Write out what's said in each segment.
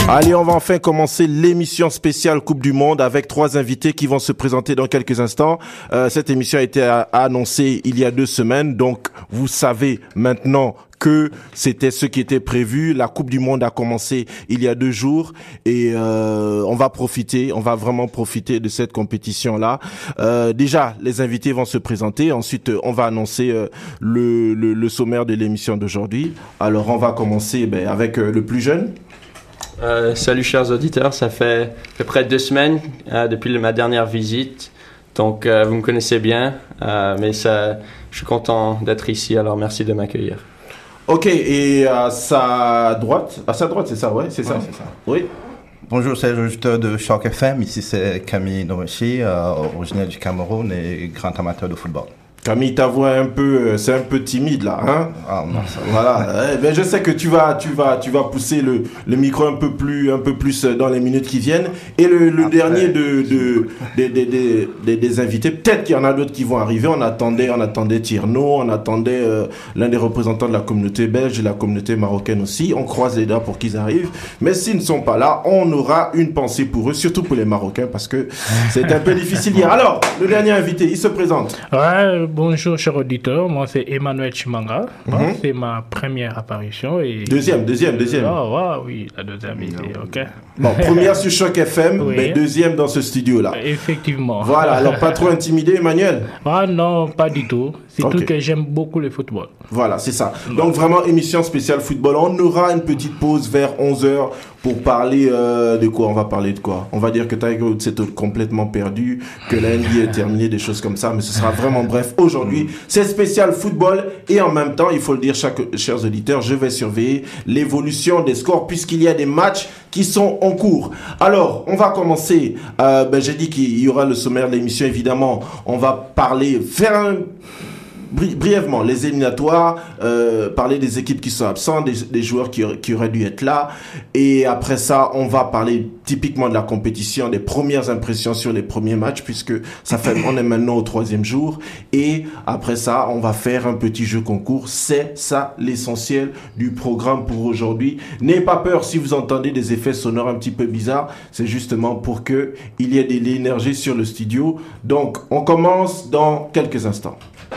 Allez, on va enfin commencer l'émission spéciale Coupe du Monde avec 3 invités qui vont se présenter dans quelques instants. Cette émission a été annoncée il y a 2 semaines, donc vous savez maintenant que c'était ce qui était prévu. La Coupe du Monde a commencé il y a 2 jours et on va vraiment profiter de cette compétition-là. Déjà, les invités vont se présenter. Ensuite, on va annoncer le sommaire de l'émission d'aujourd'hui. Alors, on va commencer avec le plus jeune. Salut chers auditeurs, ça fait à peu près 2 semaines depuis ma dernière visite, donc vous me connaissez bien, mais je suis content d'être ici, alors merci de m'accueillir. Ok, et à sa droite, c'est ça, ouais, c'est ça. Oui. Bonjour, c'est le auditeur de Choc FM, ici c'est Camille Nomechi, originaire du Cameroun et grand amateur de football. Camille, ta voix c'est un peu timide là, hein? Ah non, ça va. Voilà. Je sais que tu vas pousser le micro un peu plus dans les minutes qui viennent. Et le dernier des invités, peut-être qu'il y en a d'autres qui vont arriver. On attendait Tierno, on attendait l'un des représentants de la communauté belge et la communauté marocaine aussi. On croise les doigts pour qu'ils arrivent. Mais s'ils ne sont pas là, on aura une pensée pour eux, surtout pour les Marocains, parce que c'est un peu difficile hier. Alors, le dernier invité, il se présente. Ouais. Bonjour chers auditeurs, moi c'est Emmanuel Chimanga, c'est ma première apparition. Et... Deuxième. Oui, la deuxième idée, ok. Bon, première sur Choc FM, oui. Mais deuxième dans ce studio-là. Effectivement. Voilà, alors pas trop intimidé Emmanuel? Ah non, pas du tout, c'est tout que j'aime beaucoup le football. Voilà, c'est ça. Donc vraiment émission spéciale football, on aura une petite pause vers 11h pour parler de quoi? On va parler de quoi? On va dire que Tiger Woods s'est complètement perdu, que la NBA est terminée, des choses comme ça, mais ce sera vraiment bref. Aujourd'hui, c'est spécial football et en même temps, il faut le dire, chers auditeurs, je vais surveiller l'évolution des scores puisqu'il y a des matchs qui sont en cours. Alors, on va commencer. J'ai dit qu'il y aura le sommaire de l'émission, évidemment. On va brièvement les éliminatoires, parler des équipes qui sont absentes, des joueurs qui auraient dû être là, et après ça on va parler typiquement de la compétition, des premières impressions sur les premiers matchs, puisque on est maintenant au 3e jour, et après ça on va faire un petit jeu concours. C'est ça l'essentiel du programme pour aujourd'hui. N'ayez pas peur si vous entendez des effets sonores un petit peu bizarres, c'est justement pour que il y ait de l'énergie sur le studio. Donc on commence dans quelques instants.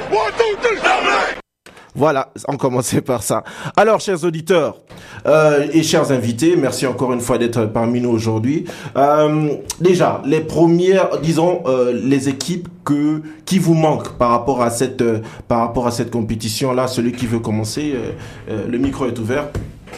Voilà, on commençait par ça. Alors, chers auditeurs et chers invités, merci encore une fois d'être parmi nous aujourd'hui. Déjà, les premières, les équipes qui vous manquent par rapport à cette compétition-là. Celui qui veut commencer, le micro est ouvert.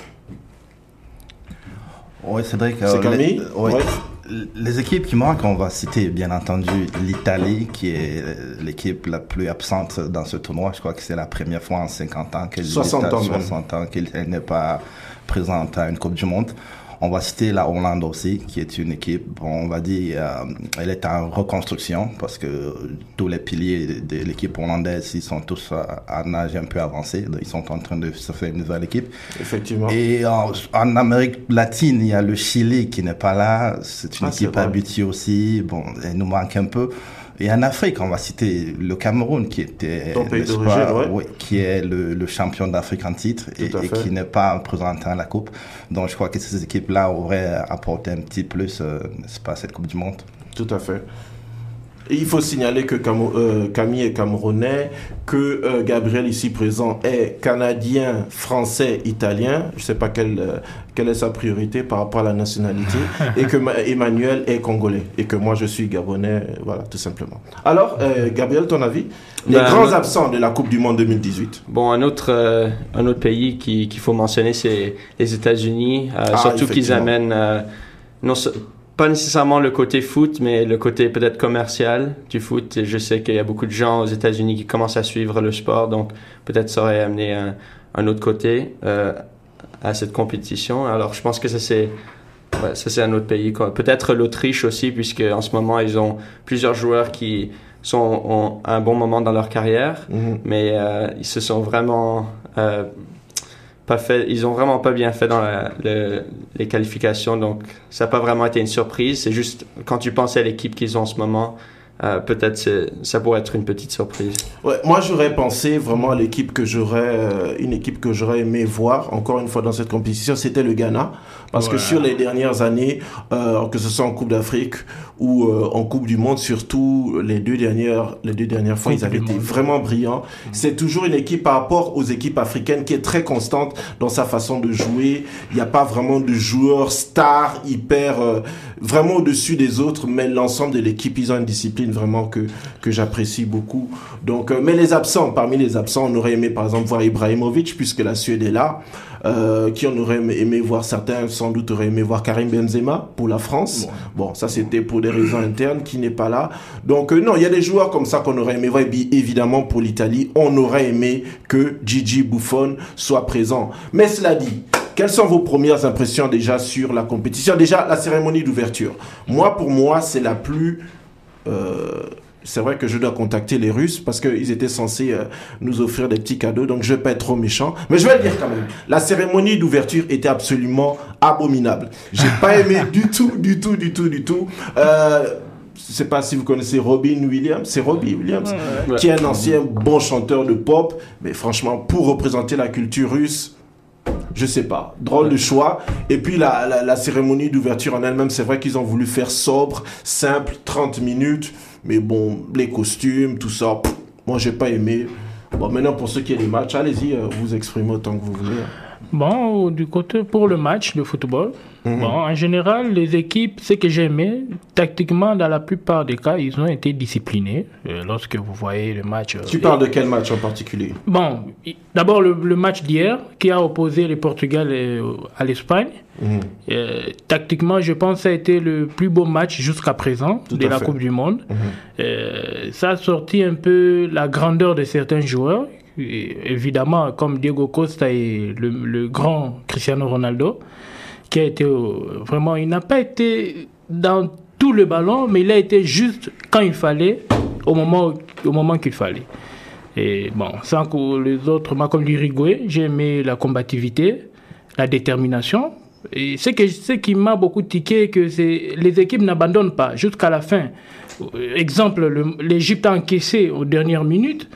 Oui, Cédric. C'est Camille. Ouais. Les équipes qui manquent, on va citer bien entendu l'Italie, qui est l'équipe la plus absente dans ce tournoi. Je crois que c'est la première fois en 50 ans qu'elle 60 ans qu'elle n'est pas présente à une Coupe du Monde. On va citer la Hollande aussi, qui est une équipe, on va dire, elle est en reconstruction parce que tous les piliers de l'équipe hollandaise, ils sont tous à un âge un peu avancé. Ils sont en train de se faire une nouvelle équipe. Effectivement. Et en Amérique latine, il y a le Chili qui n'est pas là. C'est une équipe habituée aussi. Bon, elle nous manque un peu. Et en Afrique, on va citer le Cameroun qui était, qui est le champion d'Afrique en titre et qui n'est pas présenté à la Coupe. Donc, je crois que ces équipes-là auraient apporté un petit plus, n'est-ce pas, à cette Coupe du Monde. Tout à fait. Et il faut signaler que Camille est camerounais, que Gabriel ici présent est canadien, français, italien. Je ne sais pas quelle est sa priorité par rapport à la nationalité. Et que Emmanuel est congolais. Et que moi je suis gabonais. Voilà, tout simplement. Alors, Gabriel, ton avis? Les grands absents de la Coupe du Monde 2018. Bon, un autre pays qu'il faut mentionner, c'est les États-Unis. Surtout qu'ils amènent... pas nécessairement le côté foot, mais le côté peut-être commercial du foot. Et je sais qu'il y a beaucoup de gens aux États-Unis qui commencent à suivre le sport, donc peut-être ça aurait amené un autre côté à cette compétition. Alors je pense que ça c'est un autre pays. Peut-être l'Autriche aussi, puisque en ce moment ils ont plusieurs joueurs qui ont un bon moment dans leur carrière, mais ils se sont vraiment ils ont vraiment pas bien fait dans les qualifications, donc ça n'a pas vraiment été une surprise. C'est juste quand tu penses à l'équipe qu'ils ont en ce moment, peut-être ça pourrait être une petite surprise. Ouais, moi j'aurais pensé vraiment à l'équipe que une équipe que j'aurais aimé voir encore une fois dans cette compétition, c'était le Ghana, parce que sur les dernières années, que ce soit en Coupe d'Afrique ou en Coupe du Monde, surtout les deux dernières fois, ils avaient été vraiment brillants. C'est toujours une équipe par rapport aux équipes africaines qui est très constante dans sa façon de jouer. Il n'y a pas vraiment de joueurs stars hyper vraiment au-dessus des autres, mais l'ensemble de l'équipe, ils ont une discipline vraiment que j'apprécie beaucoup. Donc, mais parmi les absents, on aurait aimé par exemple voir Ibrahimovic, puisque la Suède est là. Qui on aurait aimé voir, certains sans doute auraient aimé voir Karim Benzema pour la France. Bon, ça c'était pour des raisons internes, qui n'est pas là. Donc non, il y a des joueurs comme ça qu'on aurait aimé voir. Et puis, évidemment pour l'Italie, on aurait aimé que Gigi Buffon soit présent. Mais cela dit, quelles sont vos premières impressions déjà sur la compétition? Déjà, la cérémonie d'ouverture. Pour moi, c'est la plus... c'est vrai que je dois contacter les Russes parce qu'ils étaient censés nous offrir des petits cadeaux, donc je vais pas être trop méchant. Mais je vais le dire quand même. La cérémonie d'ouverture était absolument abominable. J'ai pas aimé du tout. Je sais pas si vous connaissez Robbie Williams, qui est un ancien bon chanteur de pop, mais franchement, pour représenter la culture russe, je sais pas, drôle de choix. Et puis la cérémonie d'ouverture en elle-même, c'est vrai qu'ils ont voulu faire sobre, simple, 30 minutes. Mais bon, les costumes, tout ça, moi j'ai pas aimé. Bon, maintenant pour ceux qui ont des matchs, allez-y, vous exprimez autant que vous voulez. Bon, du côté pour le match de football, en général, les équipes, ce que j'ai aimé, tactiquement, dans la plupart des cas, ils ont été disciplinés. Lorsque vous voyez le match... Tu parles de quel match en particulier? Bon, d'abord le match d'hier, qui a opposé le Portugal à l'Espagne. Tactiquement, je pense que ça a été le plus beau match jusqu'à présent de la Coupe du Monde. Ça a sorti un peu la grandeur de certains joueurs. Et évidemment, comme Diego Costa et le grand Cristiano Ronaldo, qui a été vraiment... Il n'a pas été dans tout le ballon, mais il a été juste quand il fallait, au moment qu'il fallait. Et bon, sans que les autres, moi comme l'Uruguay, j'ai aimé la combativité, la détermination. Et ce qui m'a beaucoup tiqué, que les équipes n'abandonnent pas jusqu'à la fin. Exemple, l'Égypte a encaissé aux dernières minutes.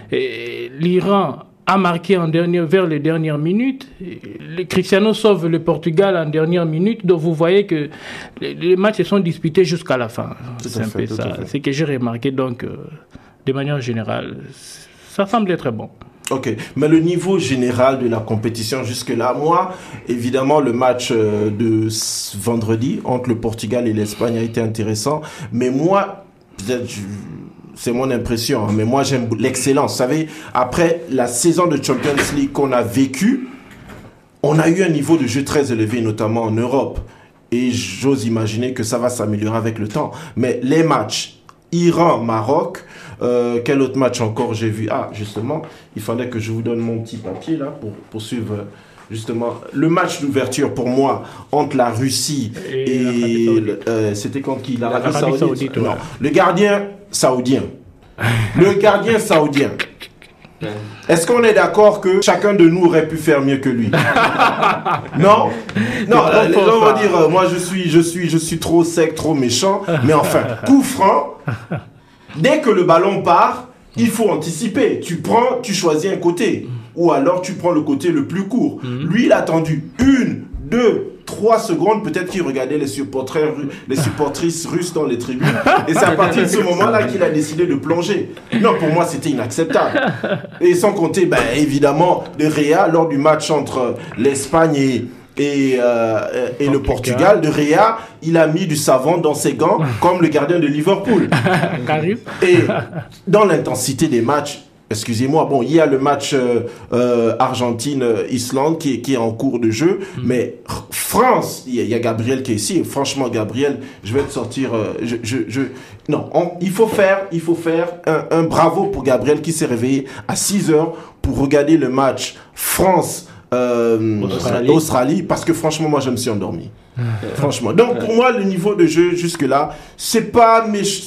Et l'Iran a marqué vers les dernières minutes. Le Cristiano sauve le Portugal en dernière minute. Donc vous voyez que les matchs se sont disputés jusqu'à la fin. C'est un peu ça. C'est que j'ai remarqué. Donc, de manière générale, ça semble être bon. Ok, mais le niveau général de la compétition jusque-là, moi, évidemment, le match de vendredi entre le Portugal et l'Espagne a été intéressant, mais moi, peut-être, c'est mon impression, mais moi j'aime l'excellence. Vous savez, après la saison de Champions League qu'on a vécue, on a eu un niveau de jeu très élevé, notamment en Europe, et j'ose imaginer que ça va s'améliorer avec le temps. Mais les matchs Iran-Maroc, quel autre match encore j'ai vu? Ah, justement, il fallait que je vous donne mon petit papier là pour suivre justement le match d'ouverture pour moi entre la Russie et c'était contre qui? L'Arabie Saoudite. Non, le gardien saoudien. Est-ce qu'on est d'accord que chacun de nous aurait pu faire mieux que lui? Non, les gens vont dire moi je suis trop sec, trop méchant, mais enfin, coup franc. Dès que le ballon part, il faut anticiper. Tu choisis un côté. Ou alors tu prends le côté le plus court. Lui, il a attendu 1, 2, 3 secondes. Peut-être qu'il regardait les supportrices russes dans les tribunes. Et c'est à partir de ce moment-là qu'il a décidé de plonger. Non, pour moi, c'était inacceptable. Et sans compter, évidemment, le Real, lors du match entre l'Espagne et le Portugal, de Réa, il a mis du savon dans ses gants comme le gardien de Liverpool. Et dans l'intensité des matchs, excusez-moi, bon, il y a le match Argentine-Islande qui est en cours de jeu, mais France, il y a Gabriel qui est ici, et franchement, Gabriel, je vais te sortir, il faut faire un bravo pour Gabriel qui s'est réveillé à 6h pour regarder le match France Australie, parce que franchement moi je me suis endormi. Franchement. Donc pour moi le niveau de jeu jusque là c'est pas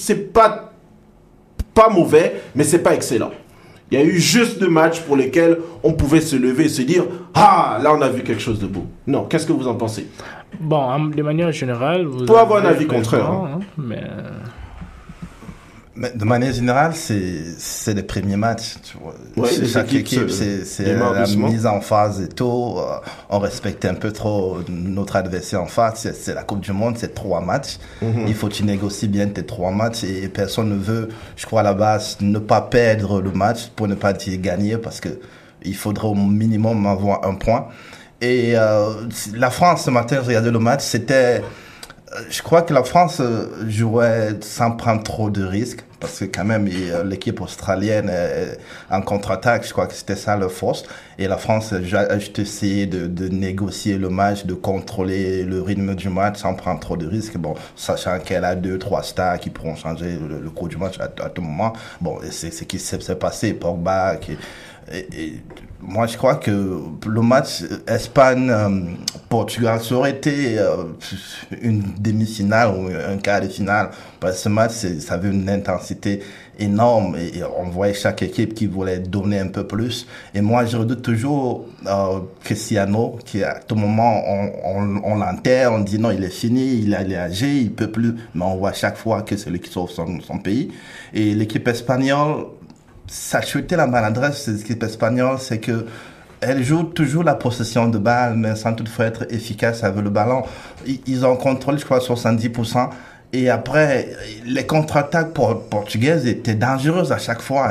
mauvais, mais c'est pas excellent. Il y a eu juste 2 matchs pour lesquels on pouvait se lever et se dire là on a vu quelque chose de beau. Non, qu'est-ce que vous en pensez? Bon, de manière générale, vous pouvez avoir un avis contraire. Mais Mais de manière générale, c'est les premiers matchs. Tu vois. Ouais, chaque équipe, c'est la mise en phase et tout. On respecte un peu trop notre adversaire en face. C'est la Coupe du Monde, c'est 3 matchs. Il faut que tu négocies bien tes 3 matchs et personne ne veut, je crois à la base, ne pas perdre le match pour ne pas y gagner parce que il faudrait au minimum avoir 1 point. Et la France, ce matin, je regardais le match, c'était... Je crois que la France jouait sans prendre trop de risques parce que quand même l'équipe australienne en contre-attaque, je crois que c'était ça leur force. Et la France a juste essayé de négocier le match, de contrôler le rythme du match sans prendre trop de risques. Bon, sachant qu'elle a 2-3 stars qui pourront changer le cours du match à tout moment. Bon, c'est ce qui s'est passé. Pogba, et moi, je crois que le match Espagne-Portugal, ça aurait été une demi-finale ou un quart de finale. Parce que ce match, ça avait une intensité énorme et on voyait chaque équipe qui voulait donner un peu plus. Et moi, je redoute toujours Cristiano, qui à tout moment, on l'enterre, on dit non, il est fini, il est âgé, il peut plus. Mais on voit chaque fois que c'est lui qui sauve son pays. Et l'équipe espagnole, ça chutait la maladresse de l'équipe espagnole, c'est que elle joue toujours la possession de balle, mais sans toutefois être efficace avec le ballon. Ils ont contrôlé, je crois, 70%. Et après, les contre-attaques portugaises étaient dangereuses à chaque fois.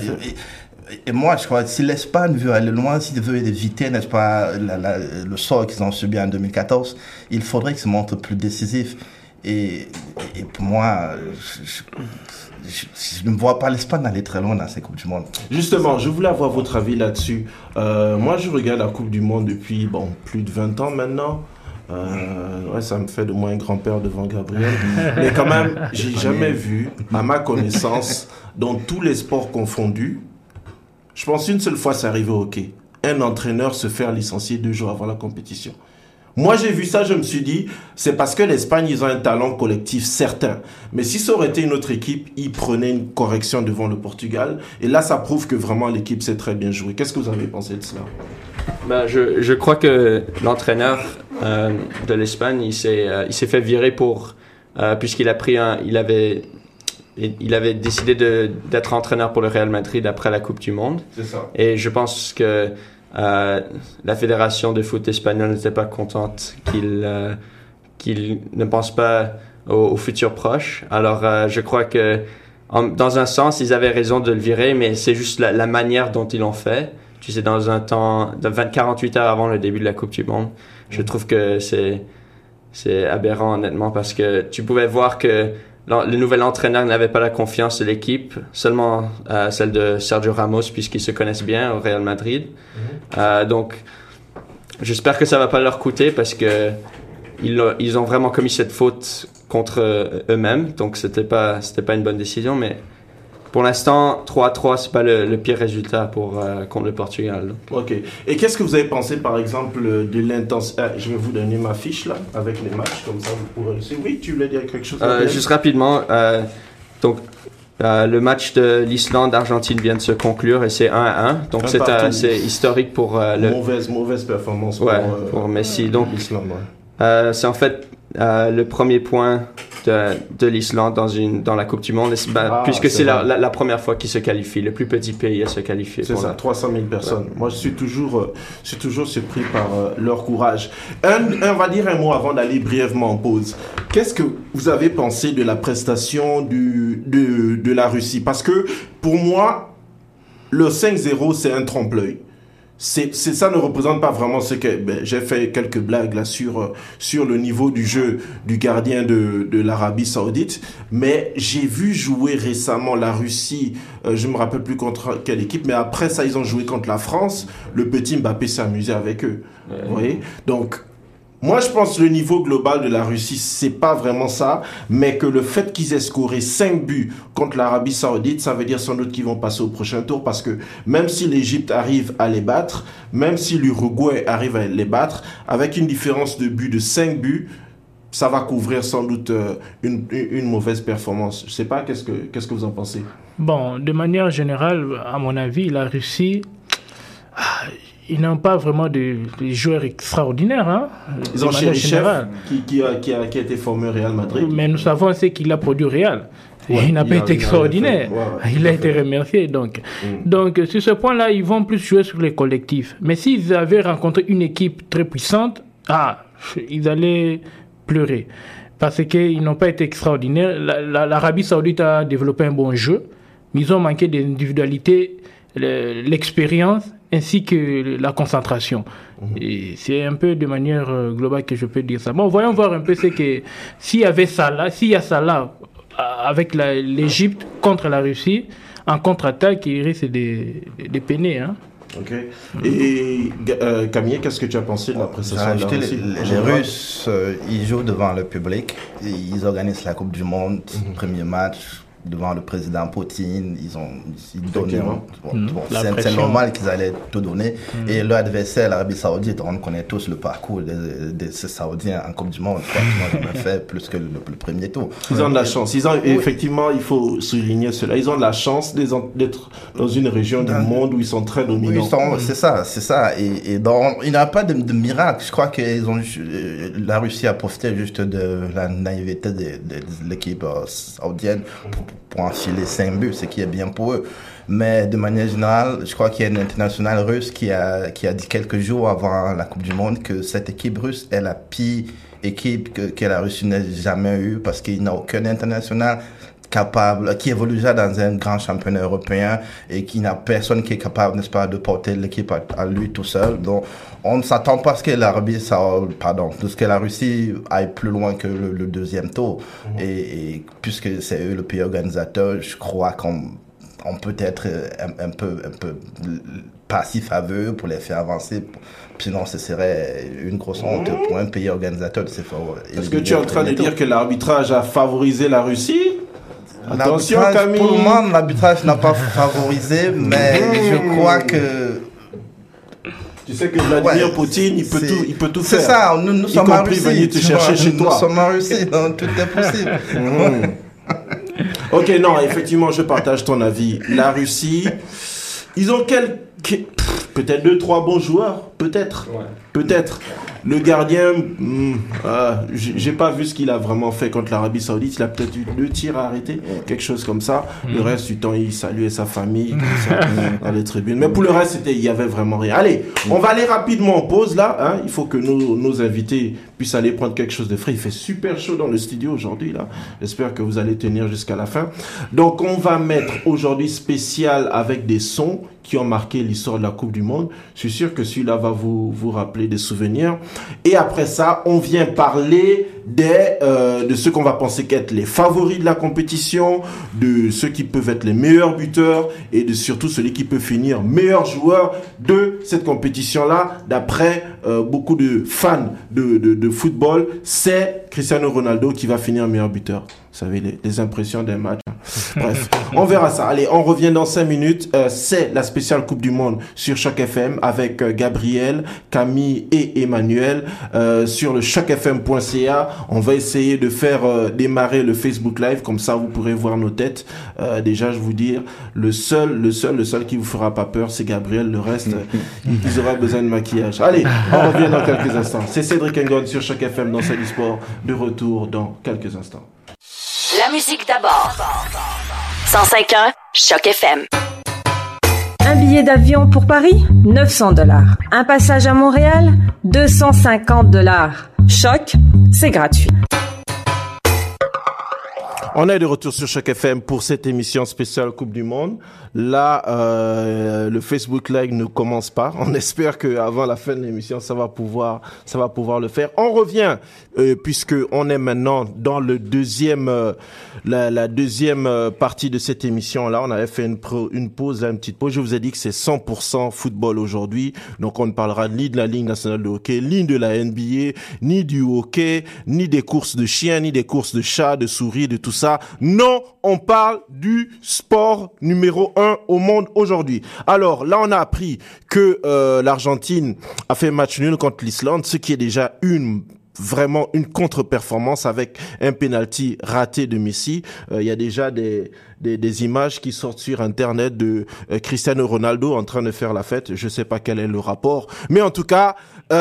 Et moi, je crois, si l'Espagne veut aller loin, s'il veut éviter, n'est-ce pas, le sort qu'ils ont subi en 2014, il faudrait qu'ils se montrent plus décisifs. Et pour moi, je ne vois pas l'Espagne aller très loin dans ces Coupes du Monde. Justement, je voulais avoir votre avis là-dessus. Moi, je regarde la Coupe du Monde depuis plus de 20 ans maintenant. Ouais, ça me fait de moi un grand-père devant Gabriel. Mais quand même, j'ai jamais vu, à ma connaissance, dans tous les sports confondus, je pense une seule fois c'est arrivé au hockey, un entraîneur se faire licencier 2 jours avant la compétition. Moi, j'ai vu ça, je me suis dit, c'est parce que l'Espagne, ils ont un talent collectif certain. Mais si ça aurait été une autre équipe, ils prenaient une correction devant le Portugal. Et là, ça prouve que vraiment l'équipe sait très bien jouer. Qu'est-ce que vous avez pensé de cela? Je crois que l'entraîneur de l'Espagne, il s'est fait virer puisqu'il a pris il avait décidé d'être entraîneur pour le Real Madrid après la Coupe du Monde. C'est ça. Et je pense que la fédération de foot espagnole n'était pas contente qu'il ne pense pas au futur proche. Alors, je crois que dans un sens, ils avaient raison de le virer, mais c'est juste la manière dont ils l'ont fait. Tu sais, dans un temps de 48 heures avant le début de la Coupe du Monde. Je trouve que c'est aberrant, honnêtement, parce que tu pouvais voir que le nouvel entraîneur n'avait pas la confiance de l'équipe, seulement celle de Sergio Ramos, puisqu'ils se connaissent bien au Real Madrid. Donc, j'espère que ça va pas leur coûter, parce que ils ont vraiment commis cette faute contre eux-mêmes. Donc, c'était pas une bonne décision, mais pour l'instant, 3-3, c'est pas le pire résultat contre le Portugal. Ok. Et qu'est-ce que vous avez pensé, par exemple, de l'intensité? Je vais vous donner ma fiche, là, avec les matchs, comme ça, vous pourrez... Oui, tu voulais dire quelque chose? Juste rapidement, le match de l'Islande-Argentine vient de se conclure et c'est 1-1. Donc, c'est historique pour... Mauvaise performance pour Messi. Donc, l'Islande, ouais. C'est en fait le premier point de l'Islande dans la Coupe du Monde, puisque c'est la première fois qu'ils se qualifient, le plus petit pays à se qualifier. C'est ça, 300 000 personnes. Ouais. Moi, je suis toujours surpris par leur courage. On va dire un mot avant d'aller brièvement en pause. Qu'est-ce que vous avez pensé de la prestation de la Russie? Parce que, pour moi, le 5-0, c'est un trompe-l'œil. Ça ne représente pas vraiment ce que... j'ai fait quelques blagues là sur le niveau du jeu du gardien de l'Arabie Saoudite, mais j'ai vu jouer récemment la Russie, je me rappelle plus contre quelle équipe, mais après ça, ils ont joué contre la France. Le petit Mbappé s'est amusé avec eux. Vous voyez? Donc, moi, je pense que le niveau global de la Russie, c'est pas vraiment ça, mais que le fait qu'ils aient scoré 5 buts contre l'Arabie Saoudite, ça veut dire sans doute qu'ils vont passer au prochain tour, parce que même si l'Égypte arrive à les battre, même si l'Uruguay arrive à les battre, avec une différence de but de 5 buts, ça va couvrir sans doute une mauvaise performance. Je sais pas, qu'est-ce que vous en pensez? Bon, de manière générale, à mon avis, la Russie... Ils n'ont pas vraiment de joueurs extraordinaires. Hein, ils ont Cherichev qui a été formé au Real Madrid. Mais nous savons ce qu'il a produit au Real. il n'a pas été extraordinaire. Il a été remercié. Donc, sur ce point-là, ils vont plus jouer sur les collectifs. Mais s'ils avaient rencontré une équipe très puissante, ils allaient pleurer. Parce qu'ils n'ont pas été extraordinaires. L'Arabie Saoudite a développé un bon jeu, mais ils ont manqué d'individualité, l'expérience ainsi que la concentration. Et c'est un peu de manière globale que je peux dire ça. Bon, voyons voir un peu s'il y a ça là avec l'Égypte contre la Russie, en contre-attaque, il risque de peiner. Hein. Ok. Et Camille, qu'est-ce que tu as pensé de la prestation de la Russie? Les Russes, ils jouent devant le public, ils organisent la Coupe du Monde, premier match devant le président Poutine, ils donnaient. C'est normal qu'ils allaient tout donner. Et l'adversaire, l'Arabie Saoudite, on connaît tous le parcours de ces Saoudiens en Coupe du Monde. Ils ont fait plus que le premier tour. Ils ont de la chance. Effectivement, il faut souligner cela. Ils ont de la chance d'être dans une région du monde où ils sont très dominants. C'est ça. Et il n'y a pas de miracle. Je crois que la Russie a profité juste de la naïveté de l'équipe saoudienne pour enfiler 5 buts, ce qui est bien pour eux. Mais de manière générale, je crois qu'il y a une internationale russe qui a dit quelques jours avant la Coupe du Monde que cette équipe russe est la pire équipe que la Russie n'ait jamais eue, parce qu'il n'y a aucun international capable, qui évolue déjà dans un grand championnat européen et qui n'a personne qui est capable, n'est-ce pas, de porter l'équipe à lui tout seul. Donc, on ne s'attend pas à ce que la Russie aille plus loin que le deuxième tour. Et puisque c'est eux le pays organisateur, je crois qu'on peut être un peu passif à eux pour les faire avancer. Sinon, ce serait une grosse honte pour un pays organisateur de ces efforts. Est-ce que tu es en train de dire que l'arbitrage a favorisé la Russie? Attention, Camille. Pour le moment, l'arbitrage n'a pas favorisé, mais je crois que... Tu sais que Vladimir Poutine, il peut tout faire. C'est ça, nous sommes en Russie. Venir te chercher chez toi. Nous sommes en Russie, donc tout est possible. Ok, non, effectivement, je partage ton avis. La Russie, ils ont peut-être 2-3 bons joueurs, peut-être. Le gardien, j'ai pas vu ce qu'il a vraiment fait contre l'Arabie Saoudite. Il a peut-être eu 2 tirs à arrêter, quelque chose comme ça. Le reste du temps, il saluait sa famille dans les tribunes. Mais pour le reste, il y avait vraiment rien. Allez, on va aller rapidement en pause là. Hein. Il faut que nos invités puissent aller prendre quelque chose de frais. Il fait super chaud dans le studio aujourd'hui là. J'espère que vous allez tenir jusqu'à la fin. Donc, on va mettre aujourd'hui spécial avec des sons qui ont marqué l'histoire de la Coupe du Monde. Je suis sûr que celui-là va vous rappeler des souvenirs. Et après ça, on vient parler de ceux qu'on va penser qu'être les favoris de la compétition, de ceux qui peuvent être les meilleurs buteurs et de surtout celui qui peut finir meilleur joueur de cette compétition-là. D'après beaucoup de fans de football, c'est Cristiano Ronaldo qui va finir meilleur buteur. Vous savez, les impressions d'un match. Bref, on verra ça. Allez, on revient dans 5 minutes. C'est la spéciale Coupe du Monde sur Choc FM avec Gabriel, Camille et Emmanuel sur le chocfm.ca. On va essayer de faire démarrer le Facebook Live, comme ça vous pourrez voir nos têtes. Déjà, je vous dis, le seul qui vous fera pas peur, c'est Gabriel. Le reste, ils auront besoin de maquillage. Allez, on revient dans quelques instants. C'est Cédric Engon sur Choc FM dans Salut Sport. De retour dans quelques instants. La musique d'abord. 105.1 Choc FM. Un billet d'avion pour Paris, $900. Un passage à Montréal, $250. Choc, c'est gratuit. On est de retour sur Choc FM pour cette émission spéciale Coupe du Monde. Là, le Facebook Live ne commence pas. On espère que avant la fin de l'émission, ça va pouvoir le faire. On revient puisque on est maintenant dans le deuxième, la deuxième partie de cette émission. Là, on avait fait une pause, une petite pause. Je vous ai dit que c'est 100% football aujourd'hui. Donc, on ne parlera ni de la Ligue nationale de hockey, ni de la NBA, ni du hockey, ni des courses de chiens, ni des courses de chats, de souris, de tout ça. Non, on parle du sport numéro 1 au monde aujourd'hui. Alors là, on a appris que l'Argentine a fait match nul contre l'Islande, ce qui est déjà vraiment une contre-performance avec un penalty raté de Messi. Il y a déjà des images qui sortent sur Internet de Cristiano Ronaldo en train de faire la fête. Je sais pas quel est le rapport, mais en tout cas,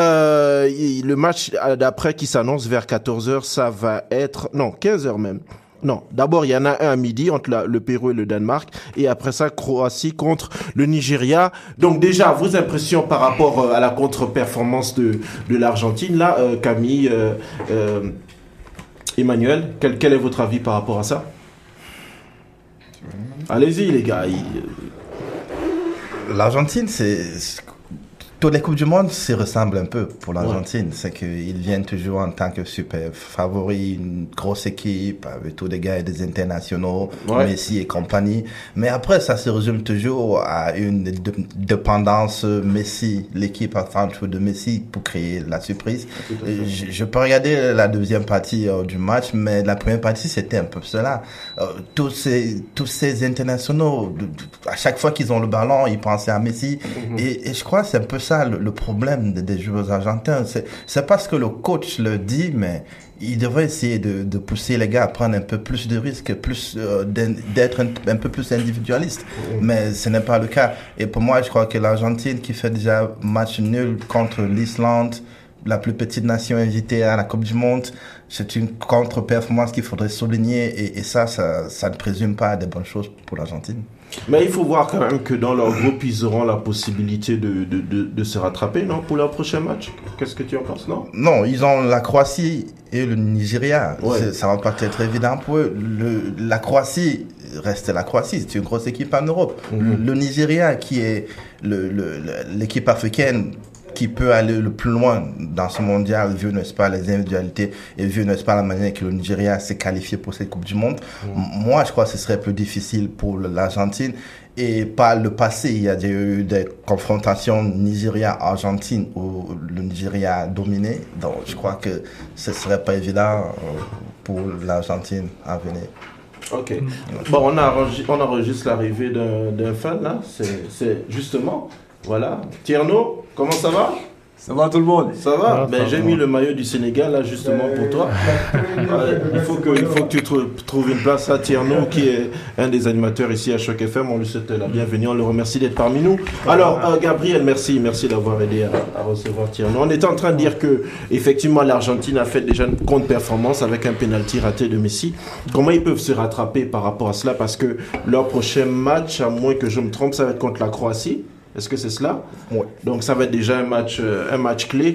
le match d'après qui s'annonce vers 14h, ça va être 15h même. Non, d'abord il y en a un à midi entre le Pérou et le Danemark, et après ça Croatie contre le Nigeria. Donc déjà vos impressions par rapport à la contre-performance de l'Argentine là, Camille, Emmanuel, quel est votre avis par rapport à ça? Allez-y les gars. L'Argentine, toutes les Coupes du Monde se ressemblent un peu pour l'Argentine. Ouais. C'est qu'ils viennent toujours en tant que super favori, une grosse équipe, avec tous des gars et des internationaux, Messi et compagnie. Mais après, ça se résume toujours à une dépendance Messi, l'équipe attend de Messi pour créer la surprise. Je peux regarder la deuxième partie du match, mais la première partie, c'était un peu cela. Tous ces internationaux, à chaque fois qu'ils ont le ballon, ils pensaient à Messi. Et je crois que c'est un peu ça le problème des joueurs argentins. C'est parce que le coach le dit, mais il devrait essayer de pousser les gars à prendre un peu plus de risques, d'être un peu plus individualiste. Mais ce n'est pas le cas. Et pour moi, je crois que l'Argentine qui fait déjà match nul contre l'Islande, la plus petite nation invitée à la Coupe du Monde, c'est une contre-performance qu'il faudrait souligner, et ça ne présume pas des bonnes choses pour l'Argentine. Mais il faut voir quand même que dans leur groupe, ils auront la possibilité de se rattraper, non, pour leur prochain match. Qu'est-ce que tu en penses, non? Non, ils ont la Croatie et le Nigeria. Ouais. Ça va pas être évident pour eux. La Croatie reste la Croatie, c'est une grosse équipe en Europe. Le Nigeria, qui est l'équipe africaine qui peut aller le plus loin dans ce mondial, vu, n'est-ce pas, les individualités, et vu, n'est-ce pas, la manière que le Nigeria s'est qualifié pour cette Coupe du Monde. Moi, je crois que ce serait plus difficile pour l'Argentine. Et par le passé, il y a eu des confrontations Nigeria-Argentine où le Nigeria a dominé. Donc, je crois que ce serait pas évident pour l'Argentine à venir. Ok. Bon, on enregistre l'arrivée d'un fan, là. C'est justement... Voilà. Tierno, comment ça va? Ça va tout le monde? Ça va? J'ai mis le maillot du Sénégal là justement pour toi. Il faut que tu trouves une place à Tierno, qui est un des animateurs ici à Choc FM. On lui souhaite la bienvenue, on le remercie d'être parmi nous. Alors Gabriel, merci d'avoir aidé à recevoir Tierno. On était en train de dire que effectivement l'Argentine a fait déjà une contre-performance avec un penalty raté de Messi. Comment ils peuvent se rattraper par rapport à cela? Parce que leur prochain match, à moins que je me trompe, ça va être contre la Croatie. Est-ce que c'est cela? Oui. Donc ça va être déjà un match clé.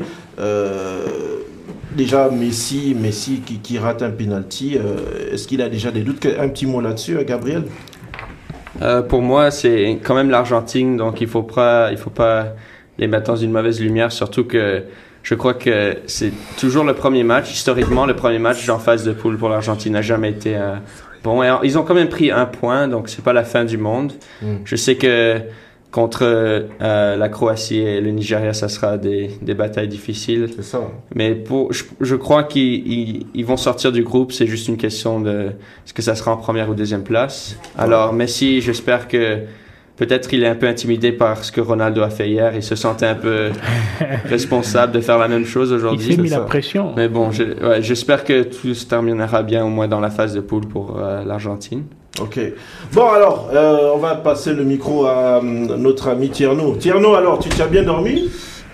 Déjà Messi qui rate un penalty. Est-ce qu'il a déjà des doutes? Un petit mot là-dessus, Gabriel? Pour moi, c'est quand même l'Argentine, donc il faut pas les mettre dans une mauvaise lumière. Surtout que je crois que c'est toujours le premier match. Historiquement, le premier match en phase de poule pour l'Argentine n'a jamais été bon. Et ils ont quand même pris 1 point, donc c'est pas la fin du monde. Je sais que contre la Croatie et le Nigeria, ça sera des batailles difficiles. C'est ça. Mais je crois qu'ils vont sortir du groupe. C'est juste une question de est-ce que ça sera en première ou deuxième place. Alors Messi, j'espère que peut-être il est un peu intimidé par ce que Ronaldo a fait hier. Il se sentait un peu responsable de faire la même chose aujourd'hui. Il s'est mis la pression. Mais bon, j'espère que tout se terminera bien au moins dans la phase de poule pour l'Argentine. Ok. Bon alors, on va passer le micro à notre ami Tierno. Tierno, alors, tu as bien dormi?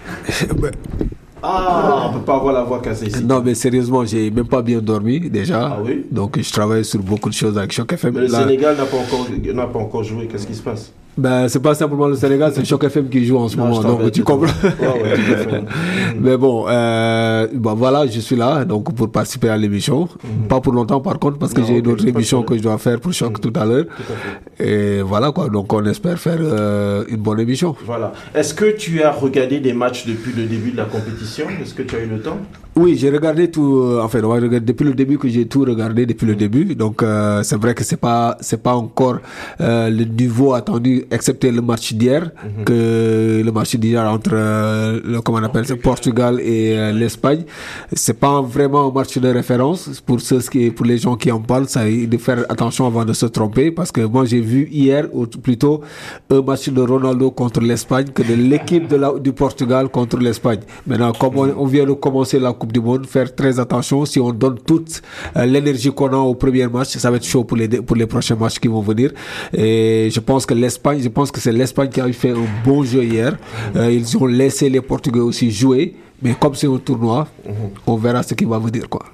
On peut pas avoir la voix cassée ici. Non, mais sérieusement, j'ai même pas bien dormi déjà. Ah oui? Donc je travaille sur beaucoup de choses avec Choc FM. Mais le Sénégal n'a pas encore joué. Qu'est-ce qui se passe? C'est pas simplement le Sénégal, c'est Choc FM qui joue en ce moment, donc tu comprends. Mais bon, voilà, je suis là donc pour participer à l'émission. Pas pour longtemps par contre, parce que j'ai une autre émission que je dois faire pour Choc tout à l'heure. Et voilà quoi, donc on espère faire une bonne émission. Voilà. Est-ce que tu as regardé des matchs depuis le début de la compétition? Est-ce que tu as eu le temps? Oui, j'ai regardé tout. Enfin, on va regarder depuis le début, que j'ai tout regardé depuis le début. Donc c'est vrai que c'est pas encore le niveau attendu, excepté le match d'hier, que le match d'hier entre le Portugal et l'Espagne. C'est pas vraiment un match de référence pour pour les gens qui en parlent. Ça, de faire attention avant de se tromper, parce que moi j'ai vu hier, ou plutôt un match de Ronaldo contre l'Espagne que de l'équipe du Portugal contre l'Espagne. Maintenant, comme on vient de commencer la Coupe du Monde, faire très attention. Si on donne toute l'énergie qu'on a au premier match, ça va être chaud pour les prochains matchs qui vont venir. Et je pense que c'est l'Espagne qui a fait un bon jeu hier. Ils ont laissé les Portugais aussi jouer, mais comme c'est un tournoi, on verra ce qui va venir, quoi.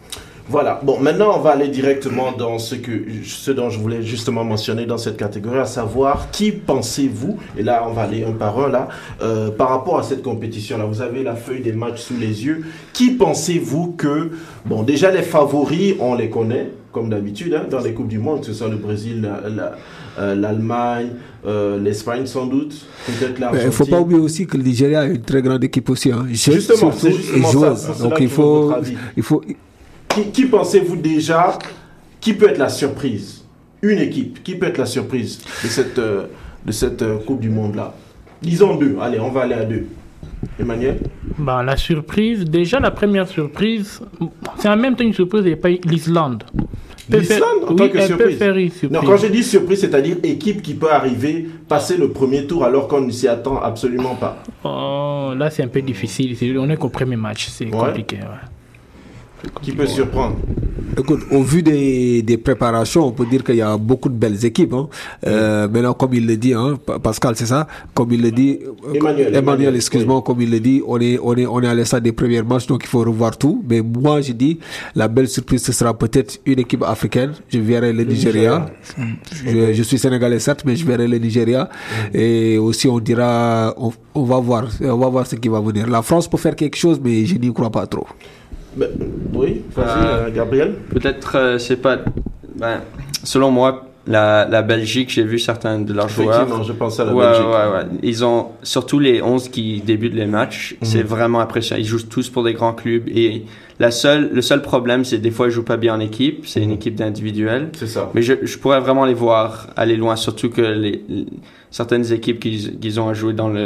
Voilà. Bon, maintenant, on va aller directement dans ce dont je voulais justement mentionner dans cette catégorie, à savoir qui pensez-vous, et là, on va aller un par un, là, par rapport à cette compétition-là. Vous avez la feuille des matchs sous les yeux. Qui pensez-vous que, bon, déjà, les favoris, on les connaît, comme d'habitude, hein, dans les Coupes du Monde, que ce soit le Brésil, l'Allemagne, l'Espagne sans doute, peut-être l'Argentine. Il ne faut pas oublier aussi que le Nigeria a une très grande équipe aussi. Hein. Justement, c'est justement ça. Donc il faut... Qui pensez-vous déjà, qui peut être la surprise? Une équipe, qui peut être la surprise de cette Coupe du Monde-là? Disons 2, allez, on va aller à 2. Emmanuel? La surprise, déjà la première surprise, c'est en même temps une surprise, il n'y a pas l'Islande. L'Islande en tant que surprise? Peut faire une surprise. Non, quand je dis surprise, c'est-à-dire équipe qui peut arriver, passer le premier tour alors qu'on ne s'y attend absolument pas. Oh, là c'est un peu difficile, on est qu'au premier match, c'est compliqué. Ouais. Qui peut surprendre? Écoute, au vu des préparations, on peut dire qu'il y a beaucoup de belles équipes. Hein. Maintenant, comme il le dit, hein, Pascal, c'est ça? Comme il le dit, Emmanuel, excuse-moi, comme il le dit, on est à l'instant des premiers matchs, donc il faut revoir tout. Mais moi, je dis, la belle surprise, ce sera peut-être une équipe africaine. Je verrai le Nigeria. Je suis sénégalais, certes, mais je verrai le Nigeria. Et aussi, on dira, on va voir ce qui va venir. La France peut faire quelque chose, mais je n'y crois pas trop. Oui, vas-y, Gabriel. Peut-être, c'est pas. Selon moi, la Belgique, j'ai vu certains de leurs joueurs. Effectivement, je pense à la Belgique. Ouais. Ils ont, surtout les 11 qui débutent les matchs, c'est vraiment impressionnant. Ils jouent tous pour des grands clubs. Et le seul problème, c'est des fois, ils jouent pas bien en équipe. C'est une équipe d'individuels. C'est ça. Mais je pourrais vraiment les voir aller loin, surtout que certaines équipes qu'ils ont à jouer dans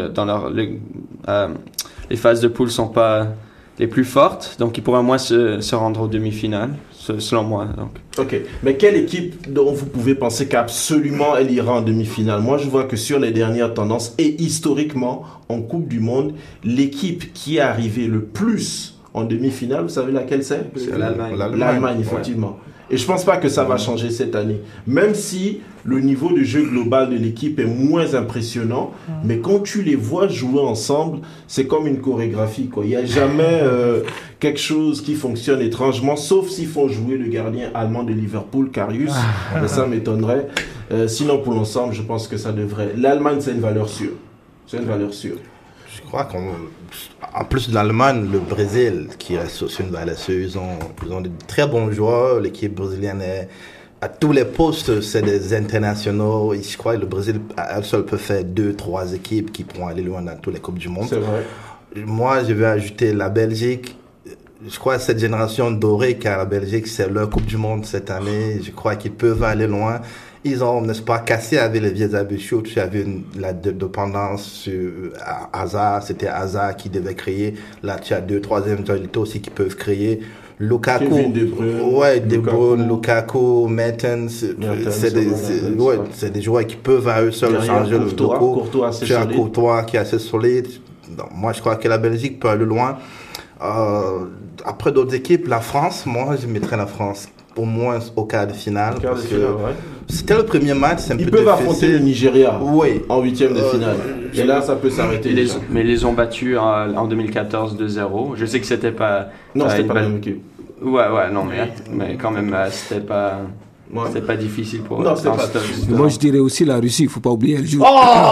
les phases de poule sont pas les plus fortes, donc ils pourraient au moins se rendre aux demi-finales, selon moi. Donc. Ok, mais quelle équipe dont vous pouvez penser qu'absolument elle ira en demi-finale? Moi, je vois que sur les dernières tendances et historiquement, en Coupe du Monde, l'équipe qui est arrivée le plus en demi-finale, vous savez laquelle c'est? C'est l'Allemagne. L'Allemagne, effectivement. Ouais. Et je pense pas que ça va changer cette année. Même si le niveau de jeu global de l'équipe est moins impressionnant, mais quand tu les vois jouer ensemble, c'est comme une chorégraphie, quoi. Il n'y a jamais quelque chose qui fonctionne étrangement, sauf s'ils font jouer le gardien allemand de Liverpool, Karius. Mais ça m'étonnerait. Sinon, pour l'ensemble, je pense que ça devrait. L'Allemagne, c'est une valeur sûre. C'est une valeur sûre. Je crois qu'en plus de l'Allemagne, le Brésil, qui reste aussi une valeur sûre, ils ont de très bons joueurs. L'équipe brésilienne est à tous les postes, c'est des internationaux. Et je crois que le Brésil, à elle seule, peut faire 2-3 équipes qui pourront aller loin dans toutes les Coupes du Monde. C'est vrai. Moi, je vais ajouter la Belgique. Je crois que cette génération dorée qu'a la Belgique, c'est leur Coupe du Monde cette année. Je crois qu'ils peuvent aller loin. Ils ont, n'est-ce pas, cassé avec les vieilles habitudes. Tu avais la dépendance sur Hazard. C'était Hazard qui devait créer. Là, tu as 2 troisième aussi qui peuvent créer. Lukaku, De Bruyne, Lukaku, Mertens, c'est des joueurs qui peuvent à eux seuls changer le cours. Tu as Courtois qui est assez solide. Donc, moi, je crois que la Belgique peut aller loin. Après d'autres équipes, la France, moi, je mettrais la France au moins au quart de finale. C'était le premier match. Ils peuvent affronter le Nigeria en huitième de finale. Et là, ça peut s'arrêter. Mais ils les ont battus en 2014 2-0. Je sais que c'était pas. Non, c'était pas la même équipe. Non, mais quand même, c'était pas. C'est pas difficile pour eux. Moi, je dirais aussi la Russie, il ne faut pas oublier. Elle joue.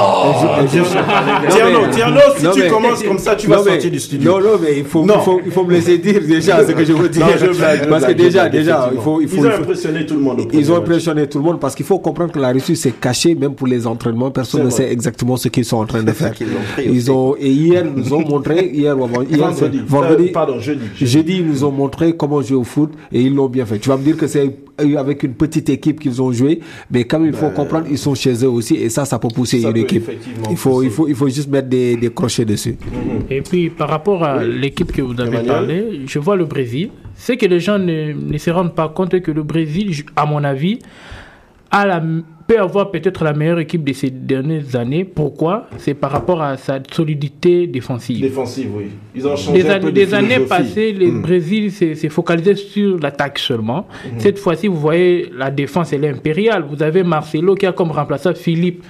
Tierno, si tu commences comme ça, tu vas sortir du studio. Non, mais il faut me laisser dire déjà ce que je veux dire. Parce que déjà, il faut. Ils ont impressionné tout le monde. Ils ont impressionné tout le monde parce qu'il faut comprendre que la Russie s'est cachée, même pour les entraînements. Personne ne sait exactement ce qu'ils sont en train de faire. Et hier, ils nous ont montré, jeudi, ils nous ont montré comment jouer au foot et ils l'ont bien fait. Tu vas me dire que c'est avec une petite équipe qu'ils ont joué, mais quand même il faut comprendre, ils sont chez eux aussi et ça peut pousser une équipe. Il faut juste mettre des crochets dessus. Et puis par rapport à l'équipe que vous avez parlé, je vois le Brésil. C'est que les gens ne se rendent pas compte que le Brésil, à mon avis, peut avoir peut-être la meilleure équipe de ces dernières années. Pourquoi? C'est par rapport à sa solidité défensive. Défensive, oui. Ils ont changé un peu de philosophie. Des années passées, le Brésil s'est focalisé sur l'attaque seulement. Cette fois-ci, vous voyez, la défense, elle est impériale. Vous avez Marcelo qui a comme remplaçant Philippe.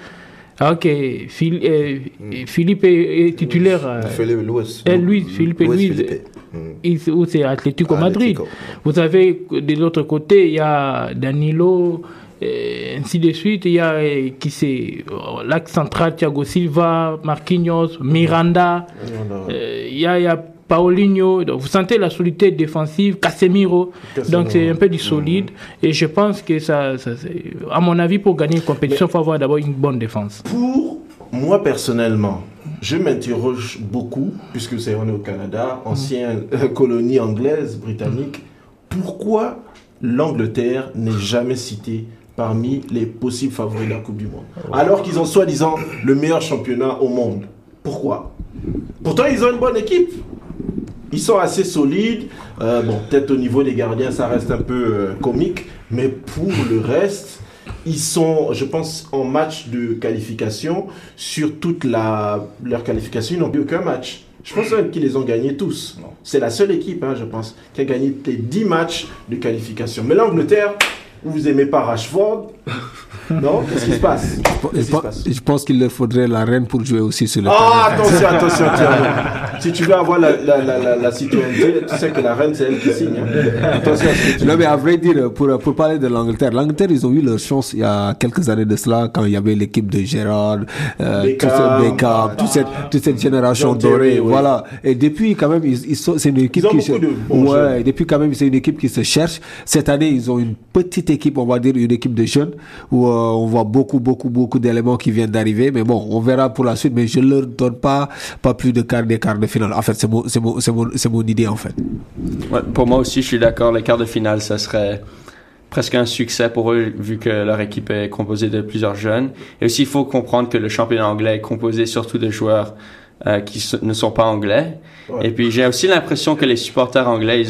Philippe est titulaire. Philippe Luis. Philippe Luis. Ou c'est Atlético Madrid. Vous avez de l'autre côté, il y a Danilo, ainsi de suite. Il y a l'axe central, Thiago Silva, Marquinhos, Miranda. Il y a Paulinho. Donc, vous sentez la solidité défensive, Casemiro. Donc c'est un peu du solide. Et je pense que ça à mon avis, pour gagner une compétition, il faut avoir d'abord une bonne défense. Pour moi personnellement, je m'interroge beaucoup, puisque on est au Canada, ancienne colonie anglaise, britannique, pourquoi l'Angleterre n'est jamais citée parmi les possibles favoris de la Coupe du Monde, alors qu'ils ont soi-disant le meilleur championnat au monde? Pourquoi? Pourtant, ils ont une bonne équipe. Ils sont assez solides. Peut-être au niveau des gardiens, ça reste un peu comique, mais pour le reste, ils sont, je pense, en match de qualification. Sur toute leur qualification, ils n'ont plus aucun match. Je pense même qu'ils les ont gagnés tous. C'est la seule équipe, je pense, qui a gagné les 10 matchs de qualification. Mais l'Angleterre, vous n'aimez pas Rashford? Non? Qu'est-ce qui se passe? Je pense qu'il leur faudrait la reine pour jouer aussi sur le terrain. Ah, attention, si tu veux avoir la citoyenneté, tu sais que la reine, c'est elle qui signe. Attention. Non, mais à vrai dire, pour parler de l'Angleterre, ils ont eu leur chance il y a quelques années de cela, quand il y avait l'équipe de Gerrard, Beckham, toute cette génération dorée. Oui. Voilà. Et depuis, quand même, c'est une équipe depuis, quand même, c'est une équipe qui se cherche. Cette année, ils ont une petite équipe, on va dire, une équipe de jeunes, où on voit beaucoup d'éléments qui viennent d'arriver, mais bon, on verra pour la suite, mais je leur donne pas plus de quarts de finale. En fait, c'est mon idée, en fait. Ouais, pour moi aussi, je suis d'accord, les quarts de finale, ça serait presque un succès pour eux, vu que leur équipe est composée de plusieurs jeunes. Et aussi, il faut comprendre que le championnat anglais est composé surtout de joueurs qui ne sont pas anglais. Ouais. Et puis, j'ai aussi l'impression que les supporters anglais,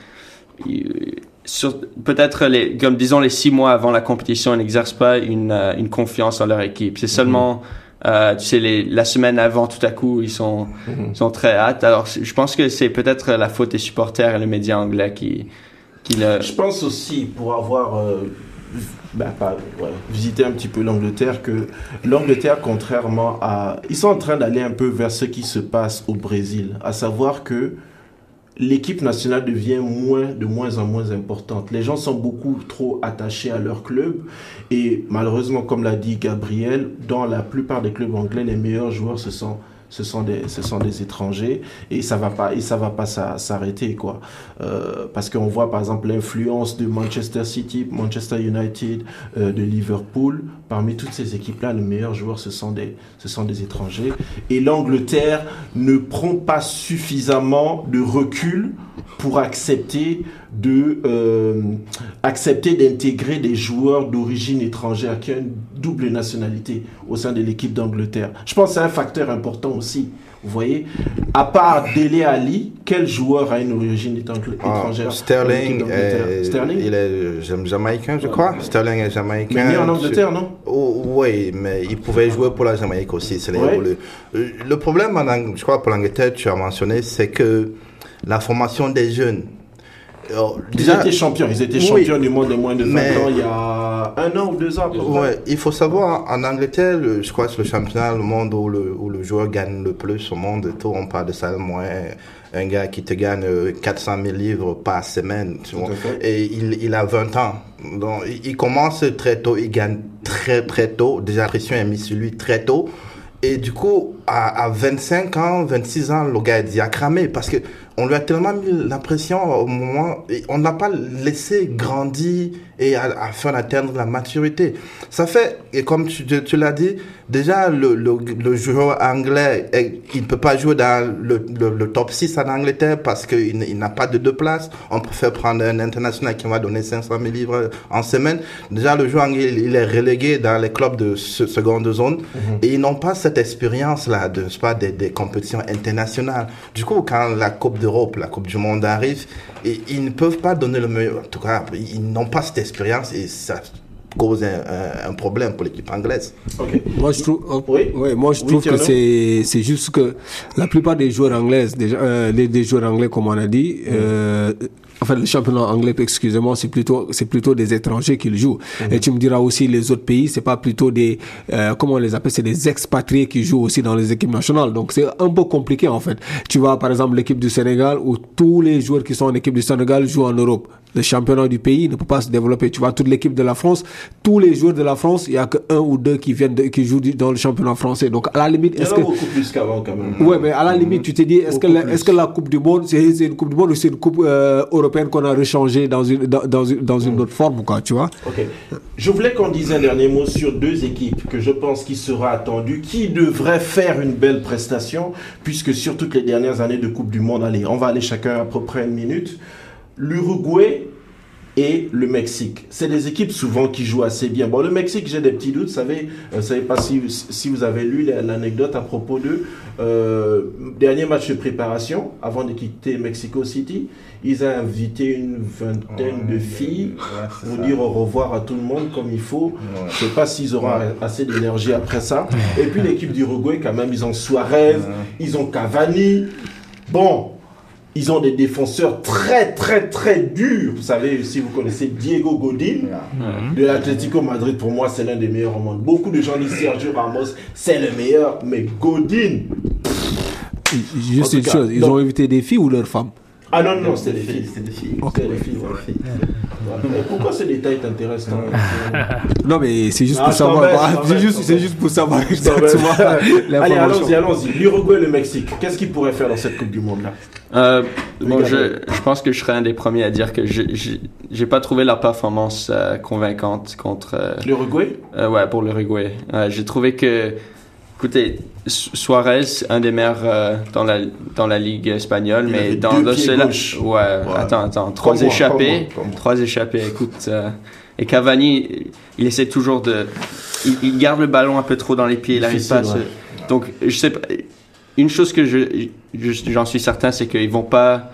peut-être comme disons les 6 mois avant la compétition, ils n'exercent pas une confiance en leur équipe. C'est seulement la semaine avant, tout à coup, ils sont très hâte. Alors, je pense que c'est peut-être la faute des supporters et les médias anglais qui Je pense aussi, pour avoir visité un petit peu l'Angleterre, que l'Angleterre, contrairement à... Ils sont en train d'aller un peu vers ce qui se passe au Brésil, à savoir que l'équipe nationale devient de moins en moins importante. Les gens sont beaucoup trop attachés à leur club et malheureusement, comme l'a dit Gabriel, dans la plupart des clubs anglais, les meilleurs joueurs ce sont des étrangers et ça va pas s'arrêter quoi. Parce qu'on voit par exemple l'influence de Manchester City, Manchester United, de Liverpool. Parmi toutes ces équipes-là, les meilleurs joueurs ce sont des étrangers et l'Angleterre ne prend pas suffisamment de recul pour accepter d'intégrer des joueurs d'origine étrangère qui ont une double nationalité au sein de l'équipe d'Angleterre. Je pense que c'est un facteur important aussi. Vous voyez, à part Dele Alli, quel joueur a une origine étrangère? Sterling, il est jamaïcain, je crois. Sterling est jamaïcain. Mais né en Angleterre, non? Oui, mais il pouvait jouer pour la Jamaïque aussi. Le problème, je crois, pour l'Angleterre, tu as mentionné, c'est que la formation des jeunes. Ils étaient champions du monde de moins de 20 ans il y a 1 an ou 2 ans. Ouais, il faut savoir, en Angleterre, je crois que c'est le championnat, le monde où le joueur gagne le plus au monde. On parle de ça, moins un gars qui te gagne 400 000 livres par semaine. Tu vois. Et il a 20 ans. Donc, il commence très tôt, il gagne très très tôt. Déjà, la pression est mise sur lui très tôt. Et du coup, à 25 ans, 26 ans, le gars est diacramé parce que on lui a tellement mis la pression au moment, on n'a pas laissé grandir et afin d'atteindre la maturité. Ça fait, et comme tu l'as dit, déjà le joueur anglais, il ne peut pas jouer dans le top 6 en Angleterre parce qu'il n'a pas de 2 places. On préfère prendre un international qui va donner 500 000 livres en semaine. Déjà, le joueur anglais, il est relégué dans les clubs de seconde zone et ils n'ont pas cette expérience-là des compétitions internationales. Du coup, quand la Coupe d'Europe, la Coupe du Monde arrive, et ils ne peuvent pas donner le meilleur. En tout cas, ils n'ont pas cette expérience et ça cause un problème pour l'équipe anglaise. Okay. Moi je trouve que c'est juste que la plupart des joueurs anglais, des joueurs anglais comme on a dit, enfin le championnat anglais, excusez-moi, c'est plutôt des étrangers qui le jouent. Et tu me diras aussi les autres pays, c'est pas plutôt des comment on les appelle, c'est des expatriés qui jouent aussi dans les équipes nationales. Donc c'est un peu compliqué en fait. Tu vois par exemple l'équipe du Sénégal où tous les joueurs qui sont en équipe du Sénégal jouent en Europe. Le championnat du pays ne peut pas se développer. Tu vois toute l'équipe de la France, tous les joueurs de la France, il y a que un ou deux qui jouent dans le championnat français. Donc à la limite, est-ce que beaucoup plus qu'avant quand même. Ouais, mais à la limite, tu te dis est-ce que la Coupe du Monde c'est une Coupe du Monde ou c'est une Coupe européenne qu'on a rechangée dans une autre forme quoi, tu vois. OK. Je voulais qu'on dise un dernier mot sur deux équipes que je pense qui sera attendu, qui devraient faire une belle prestation puisque sur toutes les dernières années de Coupe du Monde, allez, on va aller chacun à peu près une minute. L'Uruguay et le Mexique. C'est des équipes souvent qui jouent assez bien. Bon, le Mexique, j'ai des petits doutes. Vous savez pas si vous avez lu l'anecdote à propos d'eux. Dernier match de préparation, avant de quitter Mexico City, ils ont invité une vingtaine de filles pour dire au revoir à tout le monde comme il faut. Je sais pas s'ils auront assez d'énergie après ça. Et puis l'équipe d'Uruguay, quand même, ils ont Suarez, ils ont Cavani. Bon, ils ont des défenseurs très, très, très durs. Vous savez, si vous connaissez Diego Godin, de l'Atlético Madrid, pour moi, c'est l'un des meilleurs au monde. Beaucoup de gens disent Sergio Ramos, c'est le meilleur, mais Godin... Juste une chose, ils ont invité des filles ou leurs femmes? Ah non, c'est des filles. C'est des filles. Okay. C'est des filles. Pourquoi ce détail t'intéresse tant? Non, mais c'est juste pour savoir. C'est juste pour savoir. Allez, allons-y. L'Uruguay et le Mexique, qu'est-ce qu'ils pourraient faire dans cette Coupe du Monde-là? Je pense que je serais un des premiers à dire que j'ai pas trouvé leur performance convaincante contre... l'Uruguay? Ouais, pour l'Uruguay. J'ai trouvé que... Écoutez, Suarez, un des meilleurs dans la ligue espagnole, mais dans le seul... Ouais, attends, trois échappés, écoute. Et Cavani, il essaie toujours il garde le ballon un peu trop dans les pieds, il n'arrive pas à se... Donc, je sais pas... Une chose que j'en suis certain, c'est qu'ils vont pas...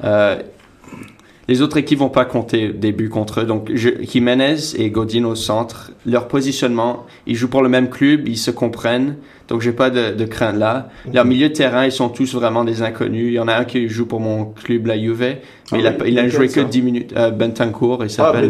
les autres équipes vont pas compter des buts contre eux. Donc, Jiménez et Godin au centre, leur positionnement, ils jouent pour le même club, ils se comprennent. Donc, j'ai pas de crainte là. Leur milieu de terrain, ils sont tous vraiment des inconnus. Il y en a un qui joue pour mon club, la Juve, mais il a joué que 10 minutes. Bentancur, il s'appelle.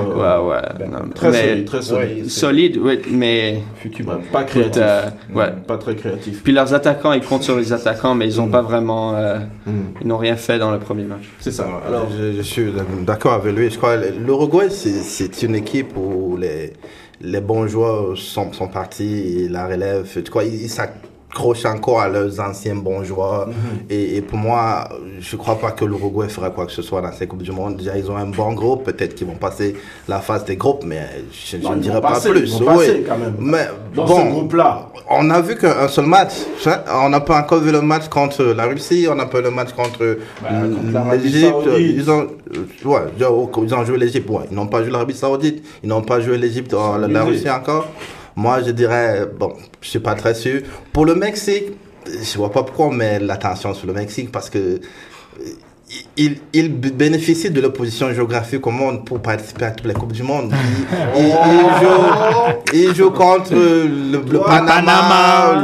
Très solide. Solide, oui, mais... Pas créatif. Pas très créatif. Puis leurs attaquants, ils comptent sur les attaquants, mais ils ont pas vraiment... Ils n'ont rien fait dans le premier match. C'est ça. Alors, je suis d'accord avec lui. Je crois que l'Uruguay, c'est une équipe où les bons joueurs sont partis, la relève, tu crois, ils s'accrochent encore à leurs anciens bons joueurs. Et pour moi, je crois pas que l'Uruguay fera quoi que ce soit dans ces Coupes du Monde. Déjà, ils ont un bon groupe, peut-être qu'ils vont passer la phase des groupes, mais je ne dirais pas plus. Ils vont passer quand même. Mais dans ce groupe-là. On a vu qu'un seul match. On n'a pas encore vu le match contre la Russie, on n'a pas vu le match contre l'Égypte. Ils ont joué l'Égypte. Ouais. Ils n'ont pas joué l'Arabie Saoudite, ils n'ont pas joué l'Égypte, la Russie encore. Moi, je dirais, je suis pas très sûr. Pour le Mexique, je vois pas pourquoi on met l'attention sur le Mexique parce que il bénéficie de la position géographique au monde pour participer à toutes les Coupes du Monde. Il joue contre le Panama,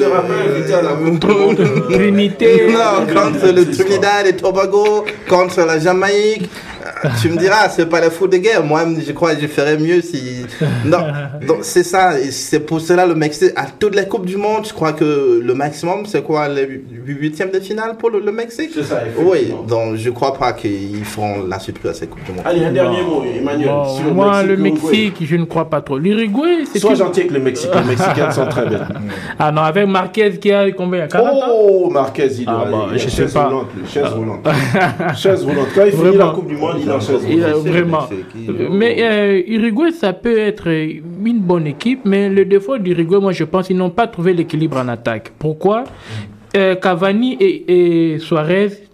Trinité, contre le Trinidad et Tobago, contre la Jamaïque. Tu me diras, c'est pas le foot de guerre. Moi, je crois que je ferais mieux si... Non, donc c'est ça. C'est pour cela le Mexique, à toutes les Coupes du Monde, je crois que le maximum, c'est quoi, les 8e de finale pour le Mexique? C'est ça, oui, donc je crois pas qu'ils feront la surprise à ces Coupes du Monde. Allez, un dernier mot, Emmanuel. Sur moi, le Mexique, je ne crois pas trop. L'Uruguay, c'est... Sois gentil avec le Mexique. Les Mexicains sont très bien. Ah non, avec Marquez qui a combien? 40 ans? Oh, Marquez, il doit aller. Je sais pas. Chaise roulante. Quand il finit la Coupe du Monde, il est en chaise roulante. Vraiment. Mais Uruguay, ça peut être une bonne équipe, mais le défaut d'Uruguay, moi je pense qu'ils n'ont pas trouvé l'équilibre en attaque. Pourquoi? Cavani et Suarez,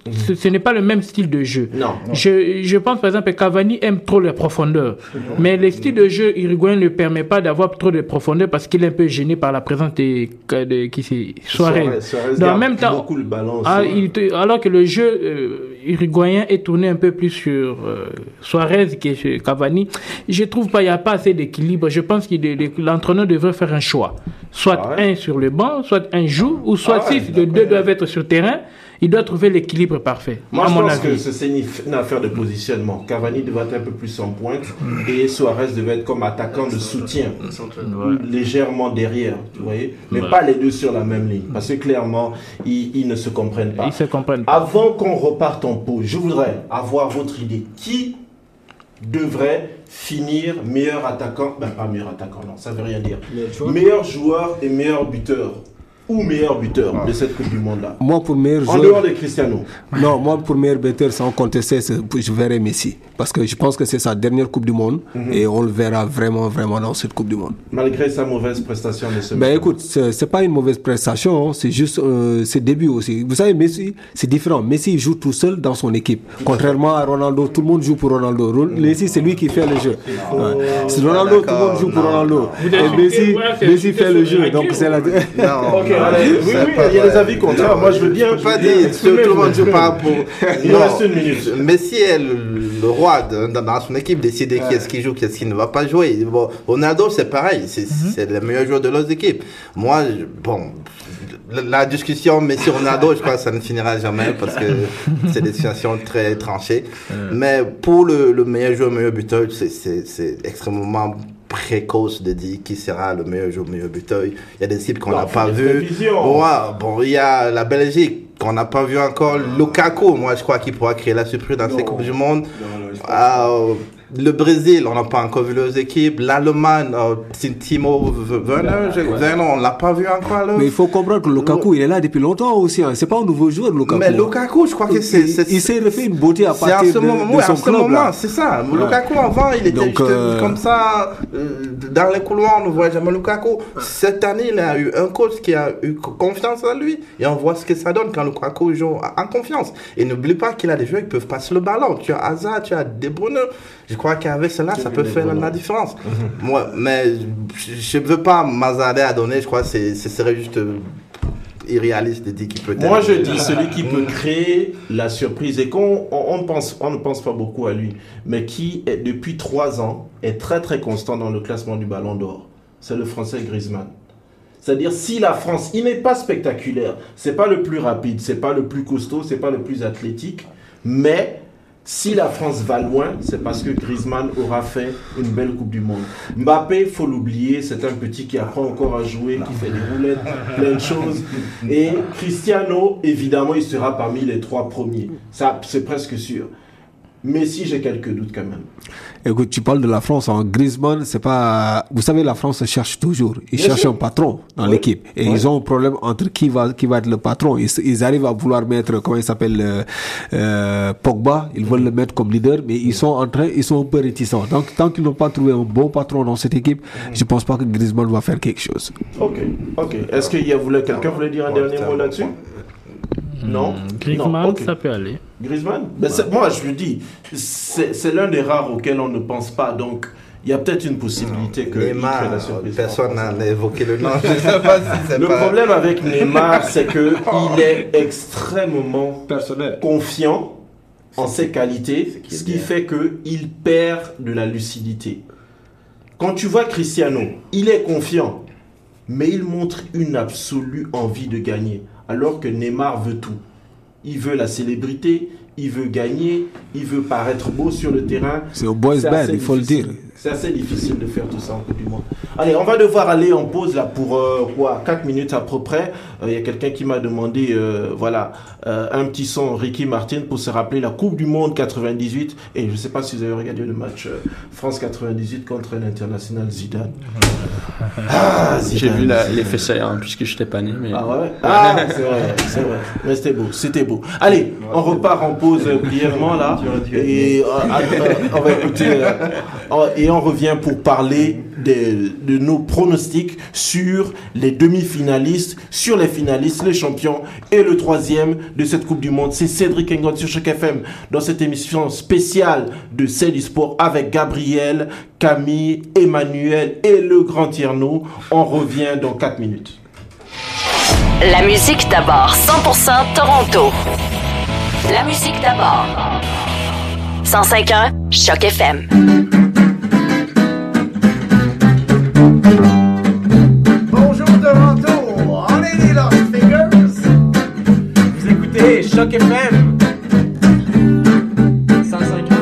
Ce n'est pas le même style de jeu. Non. Je pense par exemple que Cavani aime trop les profondeurs. Mais le style de jeu uruguayen ne permet pas d'avoir trop de profondeur parce qu'il est un peu gêné par la présence de Suarez. Donc, en même temps, beaucoup le ballon alors que le jeu uruguayen est tourné un peu plus sur Suarez que sur Cavani, je trouve pas, il n'y a pas assez d'équilibre. Je pense que l'entraîneur devrait faire un choix. Soit un sur le banc, soit un joue, ou soit six, les deux doivent être sur le terrain. Il doit trouver l'équilibre parfait. Moi, je pense que c'est une affaire de positionnement. Cavani devait être un peu plus en pointe et Suarez devait être comme attaquant de soutien, légèrement derrière, tu voyez, mais pas les deux sur la même ligne, parce que clairement, ils ne se comprennent pas. Ils se comprennent pas. Avant qu'on reparte en pause, je voudrais avoir votre idée. Qui devrait finir meilleur attaquant, pas meilleur attaquant, non, ça veut rien dire. Meilleur joueur et meilleur buteur. Ou meilleur buteur de cette Coupe du Monde-là? Moi, pour meilleur joueur... En dehors de Cristiano. Non, moi, pour meilleur buteur, sans contester, je verrai Messi. Parce que je pense que c'est sa dernière Coupe du Monde et on le verra vraiment, vraiment dans cette Coupe du Monde. Malgré sa mauvaise prestation de ce match. Écoute, c'est pas une mauvaise prestation, c'est juste ses débuts aussi. Vous savez, Messi, c'est différent. Messi joue tout seul dans son équipe. Contrairement à Ronaldo, tout le monde joue pour Ronaldo. Messi, c'est lui qui fait le jeu. C'est Ronaldo, tout le monde joue pour Ronaldo. Et Messi fait le jeu. Donc c'est la... Oui, il y a des avis contraires. Moi, je veux bien. Je peux pas dire tout le monde joue pas pour. Il reste une minute. Messi est le roi dans son équipe, décider qui est-ce qui joue, qui est-ce qui ne va pas jouer. Bon, Ronaldo, c'est pareil. C'est le meilleur joueur de leurs équipes. Moi, la discussion Messi-Ronaldo, je crois que ça ne finira jamais parce que c'est des situations très tranchées. Mais pour le meilleur joueur, meilleur buteur, c'est extrêmement précoce de dire qui sera le meilleur joueur, meilleur buteur. Il y a des équipes qu'on n'a pas vues. Il y a la Belgique qu'on n'a pas vu encore. Lukaku, moi je crois qu'il pourra créer la surprise dans ces Coupes du Monde. Le Brésil, on n'a pas encore vu leurs équipes. L'Allemagne, Timo Werner, on l'a pas vu encore. Mais il faut comprendre que Lukaku, il est là depuis longtemps aussi. C'est pas un nouveau joueur, Lukaku. Mais Lukaku, je crois que c'est... Il s'est refait une beauté à partir de son club. C'est ça. Lukaku, avant, il était comme ça. Dans les couloirs, on ne voit jamais Lukaku. Cette année, il a eu un coach qui a eu confiance en lui. Et on voit ce que ça donne quand Lukaku joue en confiance. Et n'oublie pas qu'il a des joueurs qui peuvent passer le ballon. Tu as Hazard, tu as De Bruyne. Je crois qu'avec cela, ça peut faire la différence. Moi, mais je ne veux pas m'hasarder à donner. Je crois que ce serait juste irréaliste de dire qu'il peut être. Moi, je dis celui qui peut créer la surprise et qu'on ne pense pas beaucoup à lui, mais qui, depuis 3 ans, est très très constant dans le classement du Ballon d'Or. C'est le Français Griezmann. C'est-à-dire, si la France, il n'est pas spectaculaire, c'est pas le plus rapide, c'est pas le plus costaud, c'est pas le plus athlétique, mais si la France va loin, c'est parce que Griezmann aura fait une belle Coupe du Monde. Mbappé, faut l'oublier, c'est un petit qui apprend encore à jouer, qui fait des roulettes, plein de choses. Et Cristiano, évidemment, il sera parmi les 3 premiers. Ça, c'est presque sûr. Mais si j'ai quelques doutes quand même. Écoute, tu parles de la France, Griezmann, c'est pas... Vous savez, la France cherche toujours. Ils cherchent un patron dans l'équipe. Et ils ont un problème entre qui va être le patron. Ils arrivent à vouloir mettre, comment il s'appelle, Pogba. Ils veulent le mettre comme leader, mais ils sont un peu réticents. Donc, tant qu'ils n'ont pas trouvé un bon patron dans cette équipe, je pense pas que Griezmann va faire quelque chose. Ok. Est-ce qu'il y a quelqu'un voulait dire un dernier mot là-dessus? Non. Griezmann, ça peut aller. Griezmann, moi je lui dis, c'est l'un des rares auxquels on ne pense pas, donc il y a peut-être une possibilité que Neymar, crée la surprise. Personne n'a évoqué le nom. Je sais pas si c'est le problème avec Neymar, c'est que il est extrêmement confiant en ses qualités, ce qui fait que il perd de la lucidité. Quand tu vois Cristiano, il est confiant, mais il montre une absolue envie de gagner. Alors que Neymar veut tout. Il veut la célébrité, il veut gagner, il veut paraître beau sur le terrain. C'est un boys band, il faut le dire. C'est assez difficile de faire tout ça en Coupe du Monde. Allez, on va devoir aller en pause là pour 4 minutes à peu près. Il y a quelqu'un qui m'a demandé un petit son Ricky Martin pour se rappeler la Coupe du Monde 98. Et je ne sais pas si vous avez regardé le match France 98 contre l'international Zidane. Zidane. J'ai vu l'effet saillant puisque je n'étais pas né. Mais... Ah ouais, c'est vrai. Mais c'était beau. Allez, on repart en pause brièvement là. Et on va écouter... et on revient pour parler de nos pronostics sur les demi-finalistes, sur les finalistes, les champions et le troisième de cette Coupe du Monde. C'est Cédric Engon sur Choc FM dans cette émission spéciale de C'est du sport avec Gabriel, Camille, Emmanuel et le grand Tierno. On revient dans 4 minutes. La musique d'abord, 100% Toronto. La musique d'abord. 105.1 Choc FM. Bonjour Toronto, on est les Lost Fingers. Vous écoutez Choc FM. 105.1.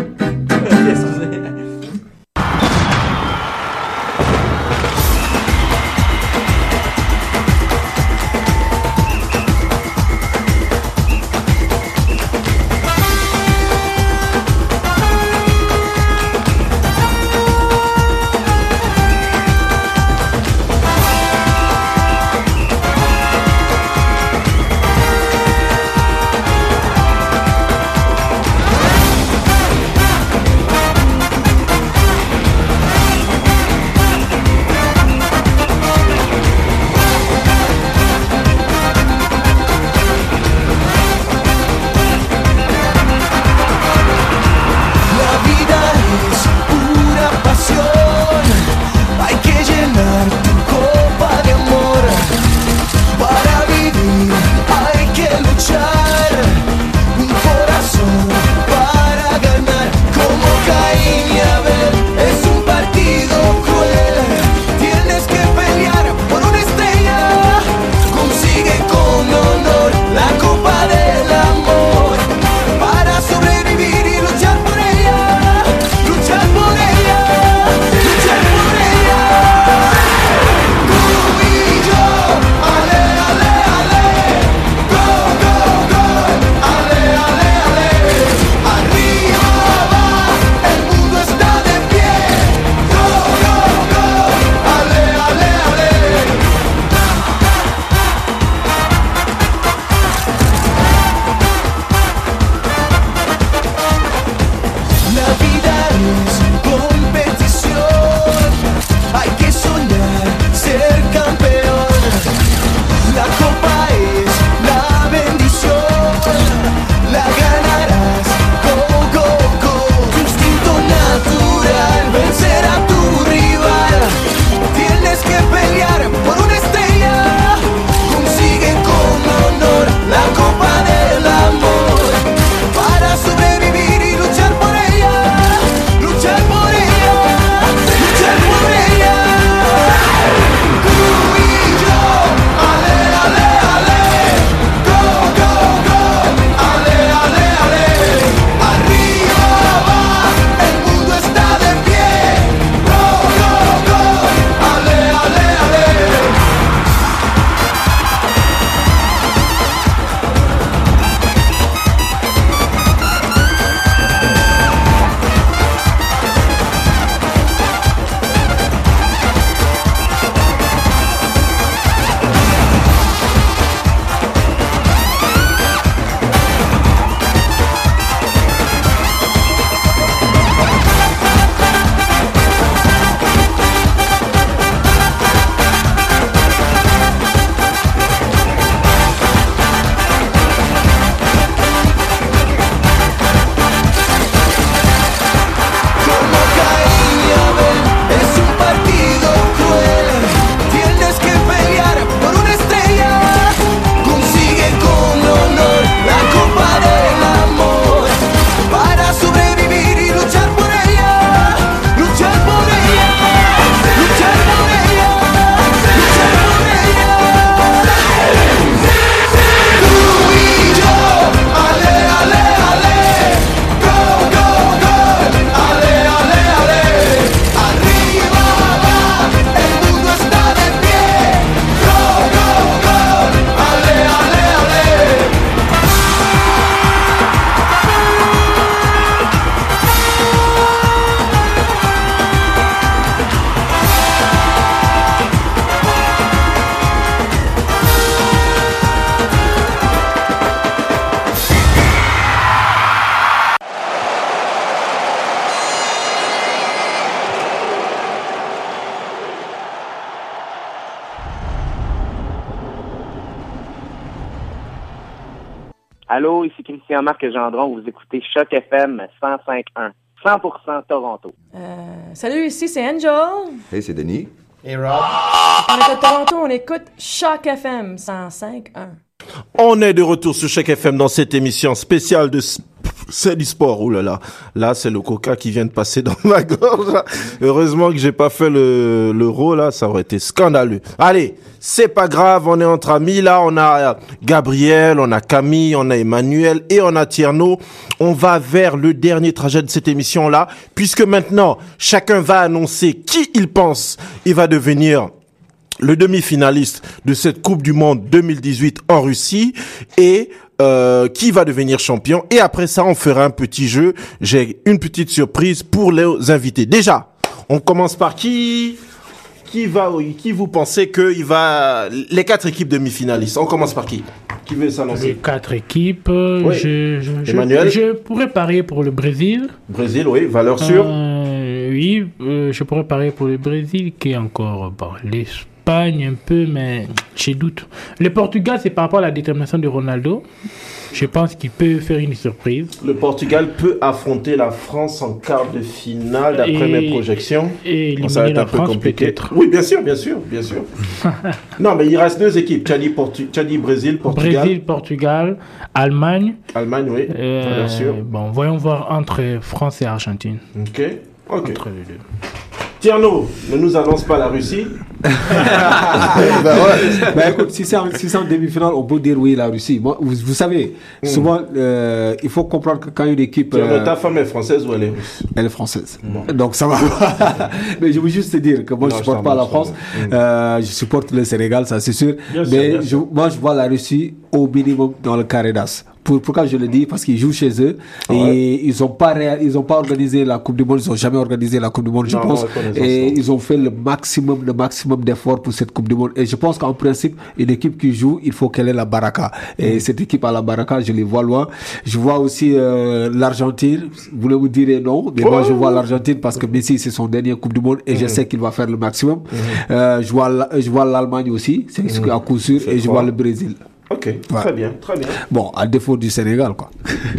Allô, ici Christian-Marc Gendron, vous écoutez Choc FM 105.1. 100% Toronto. Salut, ici c'est Angel. Hey, c'est Denis. Et Rob. On est à Toronto, on écoute Choc FM 105.1. On est de retour sur Choc FM dans cette émission spéciale de C'est du sport. Ouh là là. Là, c'est le coca qui vient de passer dans ma gorge. Là. Heureusement que j'ai pas fait l'euro là, ça aurait été scandaleux. Allez, c'est pas grave, on est entre amis là, on a Gabriel, on a Camille, on a Emmanuel et on a Tierno. On va vers le dernier trajet de cette émission là, puisque maintenant, chacun va annoncer qui il pense il va devenir le demi-finaliste de cette Coupe du Monde 2018 en Russie et qui va devenir champion. Et après ça, on fera un petit jeu. J'ai une petite surprise pour les invités. Déjà, on commence par qui vous pensez que il va les 4 équipes demi-finalistes. On commence par qui veut s'annoncer? Les 4 équipes. Oui. Emmanuel. Je pourrais parier pour le Brésil. Brésil, oui, valeur sûre. Oui, je pourrais parier pour le Brésil qui est encore l'Espagne un peu, mais j'ai doute. Le Portugal, c'est par rapport à la détermination de Ronaldo. Je pense qu'il peut faire une surprise. Le Portugal peut affronter la France en quart de finale, d'après mes projections. Et éliminer la France, peut-être. Oui, bien sûr. Non, mais il reste 2 équipes. Tu as dit Brésil, Portugal. Brésil, Portugal, Allemagne. Allemagne, oui. Bien sûr. Bon, voyons voir entre France et Argentine. Ok. Entre les deux. Tierno, ne nous annonce pas la Russie. Écoute, si c'est en demi-finale, on peut dire oui, la Russie. Moi, vous savez, souvent, il faut comprendre que quand une équipe... ta femme est française ou elle est russe? Elle est française. Bon. Donc ça va. Mais je veux juste te dire que moi, je ne supporte pas la France. Je supporte le Sénégal, ça c'est sûr. Bien sûr. Moi, je vois la Russie au minimum dans le carré d'as. Pourquoi je le dis? Parce qu'ils jouent chez eux et ils n'ont pas organisé la Coupe du Monde, ils n'ont jamais organisé la Coupe du Monde, je pense. Et ils ont fait le maximum d'efforts pour cette Coupe du Monde. Et je pense qu'en principe, une équipe qui joue, il faut qu'elle ait la baraka. Et cette équipe à la baraka, je les vois loin. Je vois aussi l'Argentine. Vous me direz non, mais moi je vois l'Argentine parce que Messi c'est son dernier Coupe du Monde et je sais qu'il va faire le maximum. Je vois l'Allemagne aussi, c'est à coup sûr, et je vois le Brésil. Ok, très bien. Bon, à défaut du Sénégal, quoi.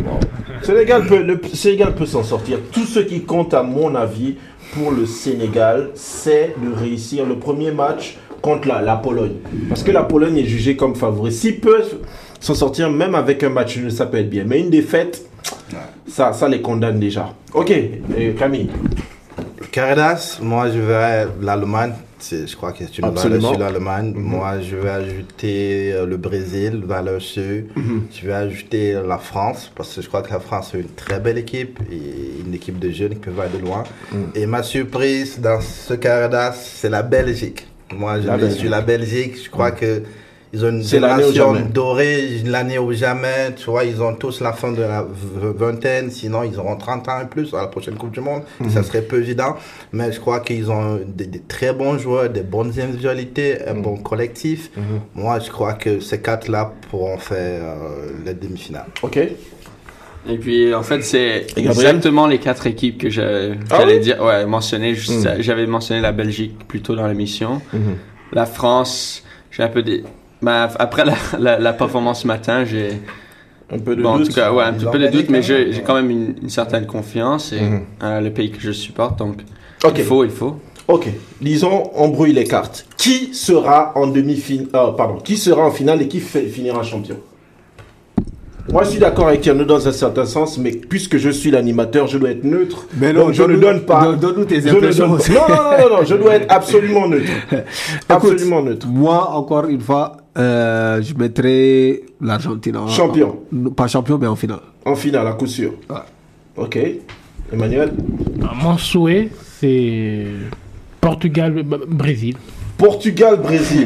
Le Sénégal peut s'en sortir. Tout ce qui compte, à mon avis, pour le Sénégal, c'est de réussir le premier match contre la Pologne. Parce que la Pologne est jugée comme favori. S'ils peuvent s'en sortir, même avec un match nul, ça peut être bien. Mais une défaite, ça les condamne déjà. Ok, Camille. Carreras, moi je vais l'Allemagne. Je crois que c'est une valeur sur l'Allemagne. Moi, je vais ajouter le Brésil, valeur sûre. Je vais ajouter la France, parce que je crois que la France est une très belle équipe, et une équipe de jeunes qui peuvent aller loin. Et ma surprise dans ce Carreras, c'est la Belgique. Moi, je vais sur la Belgique. Je crois que ils ont une génération dorée, l'année ou jamais. Tu vois, ils ont tous la fin de la vingtaine. Sinon, ils auront 30 ans et plus à la prochaine Coupe du Monde. Ça serait peu évident. Mais je crois qu'ils ont des très bons joueurs, des bonnes individualités, un bon collectif. Moi, je crois que ces 4-là pourront faire les demi-finales. Ok. Et puis, en fait, c'est exactement les 4 équipes que j'allais dire, mentionner. J'avais mentionné la Belgique plus tôt dans l'émission. La France, j'ai un peu après la performance ce matin, j'ai un peu de doute. En tout cas, un petit peu de doute, mais j'ai quand même une certaine confiance et le pays que je supporte, donc il faut. Ok, disons, on brouille les cartes. Qui sera en qui sera en finale et qui finira champion? Moi, je suis d'accord avec Tierno dans un certain sens, mais puisque je suis l'animateur, je dois être neutre. Mais non, donc je ne donne pas. Donne-nous tes impressions. Non, je dois être absolument neutre. Absolument neutre. Moi, encore une fois, je mettrai l'Argentine en champion. Pas champion, mais en finale. En finale, à coup sûr. Ouais. Ok. Emmanuel? Mon souhait, c'est Portugal-Brésil. Portugal-Brésil.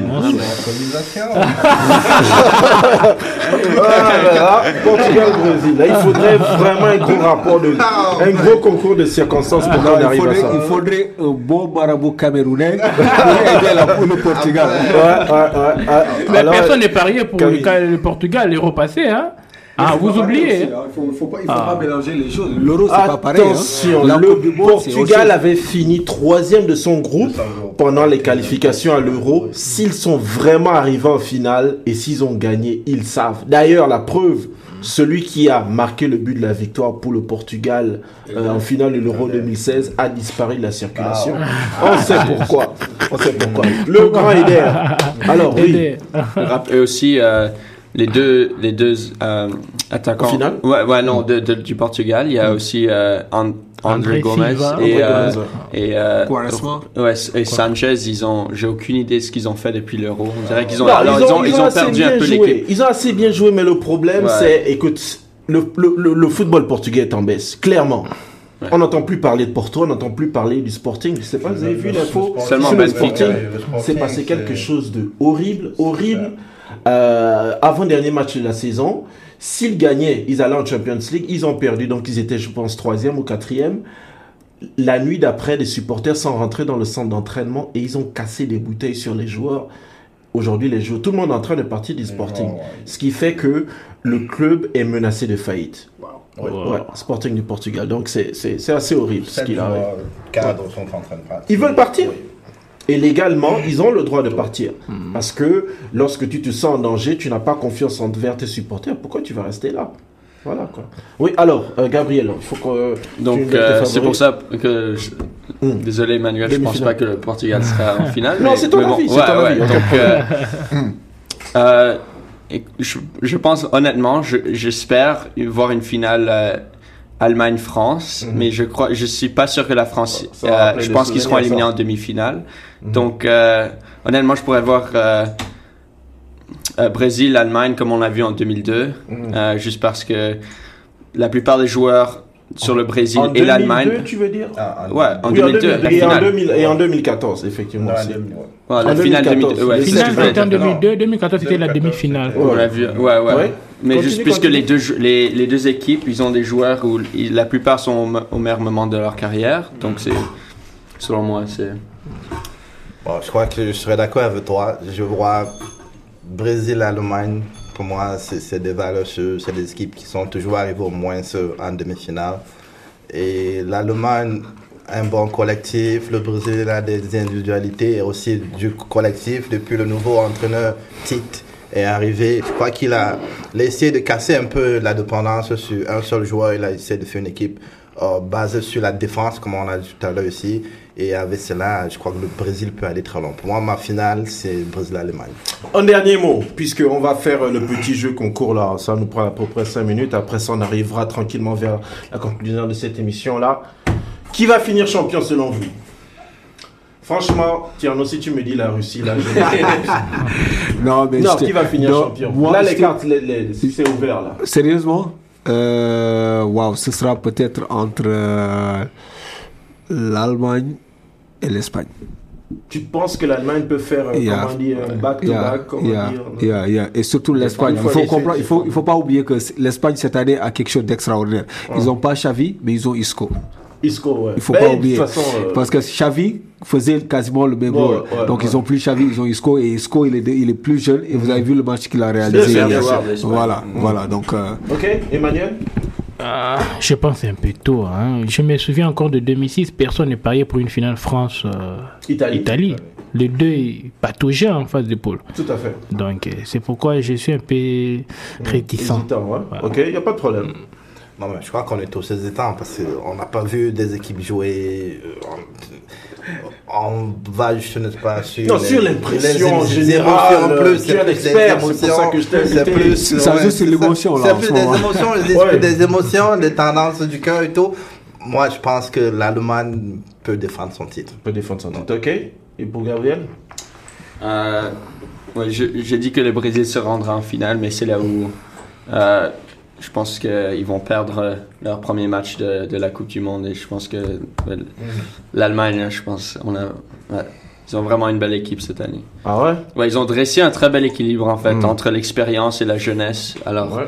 Portugal-Brésil. Là, il faudrait vraiment un gros rapport un gros concours de circonstances pour qu'on arrive à ça. Il faudrait un bon marabout camerounais pour le Portugal. Mais personne n'est parié pour le Portugal l'Euro passé, hein? Vous oubliez. Il ne faut pas mélanger les choses. L'Euro, c'est pas pareil. Attention, le Portugal avait fini 3e de son groupe pendant les qualifications à l'Euro. S'ils sont vraiment arrivés en finale et s'ils ont gagné, ils savent. D'ailleurs, la preuve, Celui qui a marqué le but de la victoire pour le Portugal en finale de l'Euro 2016 a disparu de la circulation. On sait pourquoi. Le grand Eder. Alors oui. Et aussi les deux attaquants. Au final? Ouais, non, du Portugal. Il y a aussi André Gomes et Sanchez. J'ai aucune idée de ce qu'ils ont fait depuis l'Euro. On dirait qu'ils ont perdu un peu l'équipe. Ils ont assez bien joué, mais le problème c'est, écoute, le football portugais est en baisse, clairement. Ouais. On n'entend plus parler de Porto, on n'entend plus parler du Sporting. Je sais pas, vous avez vu l'info sur le Sporting? C'est passé quelque chose de horrible. Avant-dernier match de la saison, s'ils gagnaient, ils allaient en Champions League. Ils ont perdu, donc ils étaient, je pense, 3e ou 4e. La nuit d'après, les supporters sont rentrés dans le centre d'entraînement et ils ont cassé des bouteilles sur les joueurs. Aujourd'hui, tout le monde est en train de partir du Sporting. Ce qui fait que le club est menacé de faillite. Ouais, Sporting du Portugal. Donc c'est assez horrible ce qu'il arrive. Cadres sont en train de partir. Ils veulent partir. Et légalement, ils ont le droit de partir. Parce que lorsque tu te sens en danger, tu n'as pas confiance envers tes supporters. Pourquoi tu vas rester là? Voilà quoi. Oui, alors, Gabriel, il faut que... Donc, c'est pour ça que... Désolé Emmanuel, je ne pense pas que le Portugal sera en finale. Non, c'est ton avis. Je pense honnêtement, j'espère voir une finale Allemagne-France, mais je suis pas sûr que la France. Je pense qu'ils seront éliminés en demi-finale. Donc honnêtement, je pourrais voir Brésil-Allemagne comme on l'a vu en 2002, juste parce que la plupart des joueurs sur le Brésil et l'Allemagne. En 2002, tu veux dire? Ouais, en 2002. Et en 2014, effectivement. La finale 2002. La finale c'était en 2002, 2014 c'était la demi-finale. On l'a vu. Ouais. Mais juste puisque les deux équipes, ils ont des joueurs où la plupart sont au meilleur moment de leur carrière. Donc c'est, selon moi, c'est... Bon, je crois que je serais d'accord avec toi. Je vois Brésil-Allemagne. Pour moi, c'est des valeurs sûres, c'est des équipes qui sont toujours arrivées au moins en demi-finale. Et l'Allemagne a un bon collectif, le Brésil a des individualités et aussi du collectif. Depuis le nouveau entraîneur Tite est arrivé, je crois qu'il a essayé de casser un peu la dépendance sur un seul joueur. Il a essayé de faire une équipe basée sur la défense, comme on a dit tout à l'heure ici. Et avec cela, je crois que le Brésil peut aller très loin. Pour moi, ma finale, c'est Brésil-Allemagne. Un dernier mot, puisqu'on va faire le petit jeu concours là. Ça nous prend à peu près 5 minutes. Après ça, on arrivera tranquillement vers la conclusion de cette émission-là. Qui va finir champion selon vous? Franchement, Tierno, si tu me dis la Russie, là, non, qui va finir champion? Moi, là, les cartes, c'est ouvert là. Sérieusement? Ce sera peut-être entre l'Allemagne et l'Espagne. Tu penses que l'Allemagne peut faire un back-to-back? Et surtout l'Espagne. Il faut pas oublier que l'Espagne cette année a quelque chose d'extraordinaire. Ils n'ont pas Xavi, mais ils ont Isco. Ouais. Il faut pas oublier. Parce que Xavi faisait quasiment le même rôle. Donc ils ont plus Xavi, ils ont Isco. Et Isco, il est plus jeune. Et vous avez vu le match qu'il a réalisé. Voilà. Donc, Ok, Emmanuel? Je pense un peu tôt. Je me souviens encore de 2006, personne n'est parié pour une finale France-Italie. Les deux pataugeaient en face d'épaule. Tout à fait. Donc c'est pourquoi je suis un peu réticent. Voilà. Ok, il n'y a pas de problème. Non, mais je crois qu'on est tous hésitants parce qu'on n'a pas vu des équipes jouer. On va juste, n'est-ce pas, sur l'impression générale. Tu es un expert, c'est pour ça que je t'ai invité. C'est l'émotion là. C'est plus des émotions, des tendances du cœur et tout. Moi, je pense que l'Allemagne peut défendre son titre. Ok. Et pour Gabriel? J'ai dit que le Brésil se rendra en finale, mais c'est là où je pense qu'ils vont perdre leur premier match de la Coupe du Monde. Et je pense que l'Allemagne, je pense, ils ont vraiment une belle équipe cette année. Ah ouais? Ouais, ils ont dressé un très bel équilibre en fait entre l'expérience et la jeunesse. Alors,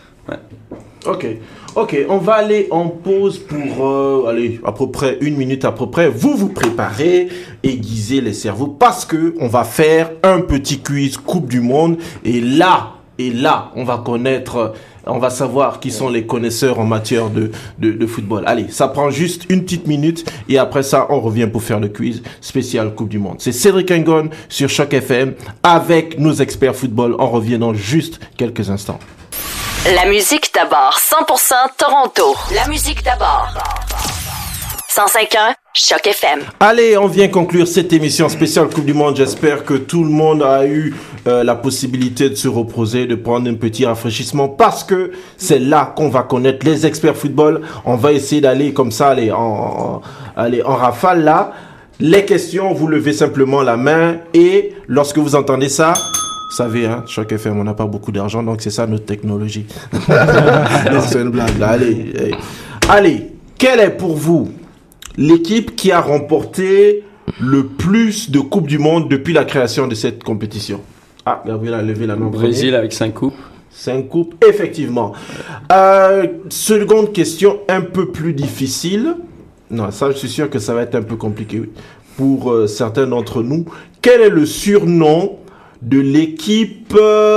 Ok, on va aller en pause pour à peu près 1 minute à peu près. Vous préparez, aiguisez les cerveaux parce que on va faire un petit quiz Coupe du Monde et là, on va connaître, on va savoir qui sont les connaisseurs en matière de football. Allez, ça prend juste 1 petite minute et après ça, on revient pour faire le quiz spécial Coupe du Monde. C'est Cédric Engon sur Choc FM avec nos experts football. On revient dans juste quelques instants. La musique d'abord, 100% Toronto. La musique d'abord. 105.1 Choc FM. Allez, on vient conclure cette émission spéciale Coupe du Monde. J'espère que tout le monde a eu la possibilité de se reposer, de prendre un petit rafraîchissement, parce que c'est là qu'on va connaître les experts football. On va essayer d'aller comme ça, aller en rafale là. Les questions, vous levez simplement la main et lorsque vous entendez ça, vous savez, hein, Choc FM, on n'a pas beaucoup d'argent, donc c'est ça notre technologie. Non, c'est une blague là. Allez, quelle est pour vous l'équipe qui a remporté le plus de Coupes du Monde depuis la création de cette compétition? Ah, Gabriel a levé la main. Brésil avec 5 coupes. 5 coupes, effectivement. Seconde question, un peu plus difficile. Non, ça, je suis sûr que ça va être un peu compliqué pour certains d'entre nous. Quel est le surnom de l'équipe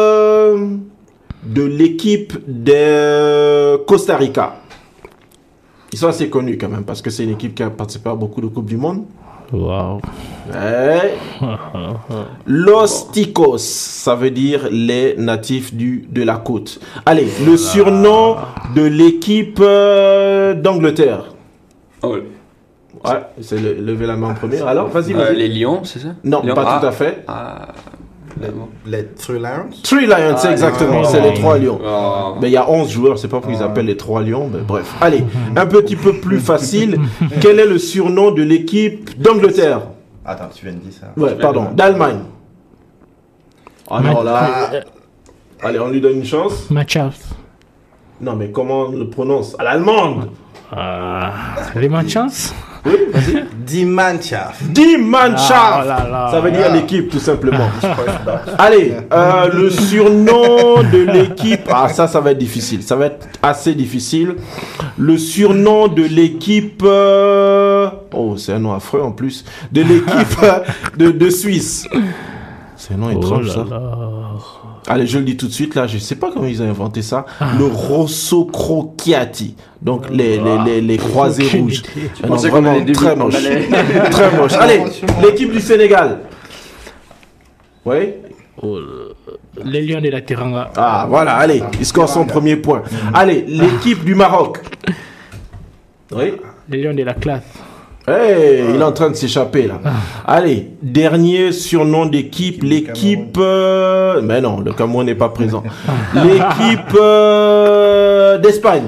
de Costa Rica? Ils sont assez connus quand même, parce que c'est une équipe qui a participé à beaucoup de Coupes du Monde. Wow. Ouais. Los Ticos, ça veut dire les natifs de la côte. Allez, le surnom de l'équipe d'Angleterre. Oh. Ouais, c'est lever la main en premier. Alors, vas-y. Les Lions, c'est ça? Non, Lions. pas tout à fait. Les Three Lions? Three Lions, c'est exactement. C'est les 3 Lions. Oh. Mais il y a 11 joueurs, c'est pas pourquoi ils appellent les 3 Lions. Mais bref. Allez, un petit peu plus facile. Quel est le surnom de l'équipe d'Angleterre? Attends, tu viens de dire ça. Ouais, pardon, d'Allemagne. Alors là, allez, on lui donne une chance. Mannschaft. Non, mais comment on le prononce? À l'allemande. Les Mannschaft. Oui, vas-y. Die Mannschaft. Die Mannschaft. Ça veut dire l'équipe, tout simplement. Allez, le surnom de l'équipe. Ah, ça va être difficile. Ça va être assez difficile. Le surnom de l'équipe. Oh, c'est un nom affreux en plus. De l'équipe de Suisse. C'est un nom étrange, ça. Allez, je le dis tout de suite, là, je sais pas comment ils ont inventé ça. Le Rosso Crocchiati. Donc, les croisés rouges. Non, vraiment, très moche. Très moche. Allez, l'équipe du Sénégal. Oui? Les Lions de la Teranga. Ah, voilà, allez, il score son premier point. Allez, l'équipe du Maroc. Oui? Les Lions de la classe. Hey, il est en train de s'échapper là. Allez, dernier surnom d'équipe, l'équipe... Mais non, le Cameroun n'est pas présent. L'équipe d'Espagne.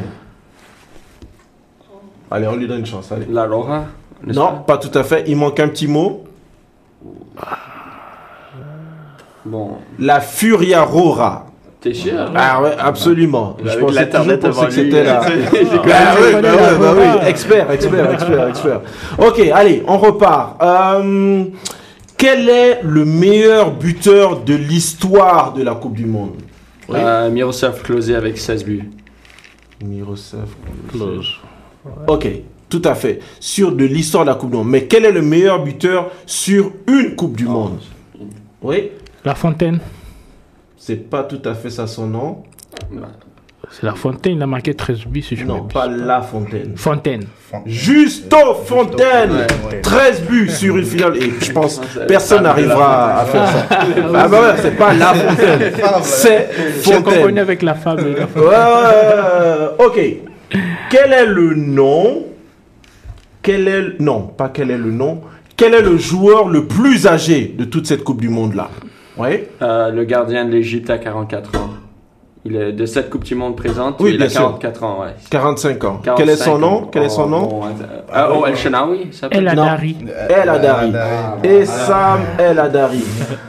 Allez, on lui donne une chance. Allez. La Roja? Non, pas tout à fait. Il manque un petit mot. Bon. La Furia Roja. T'es sûr? Ah ouais, absolument. Je pensais toujours que c'était là. Bah oui. Expert. Ok, allez, on repart. Quel est le meilleur buteur de l'histoire de la Coupe du Monde? Oui. Miroslav Klose avec 16 buts. Miroslav Klose. Ok, tout à fait. Sur de l'histoire de la Coupe du Monde. Mais quel est le meilleur buteur sur une Coupe du Monde? Oui. La Fontaine. C'est pas tout à fait ça son nom. C'est La Fontaine, il a marqué 13 buts si je Non, pas La Fontaine. Fontaine. Justo Fontaine. 13 buts sur une finale. Et je pense personne n'arrivera à faire ça. Ah bah ouais, c'est pas La Fontaine. C'est Fontaine. Je connais avec la femme. Ok. Quel est le nom? Non, pas quel est le nom. Quel est le joueur le plus âgé de toute cette Coupe du Monde-là? Oui. Le gardien de l'Égypte a 44 ans. Il est de cette Coupe du Monde présente. Oui, il a 44 ans, ouais. 45 ans. Quel est son nom? El Shenawi. El Hadari. El Hadari. Et Sam El Hadari.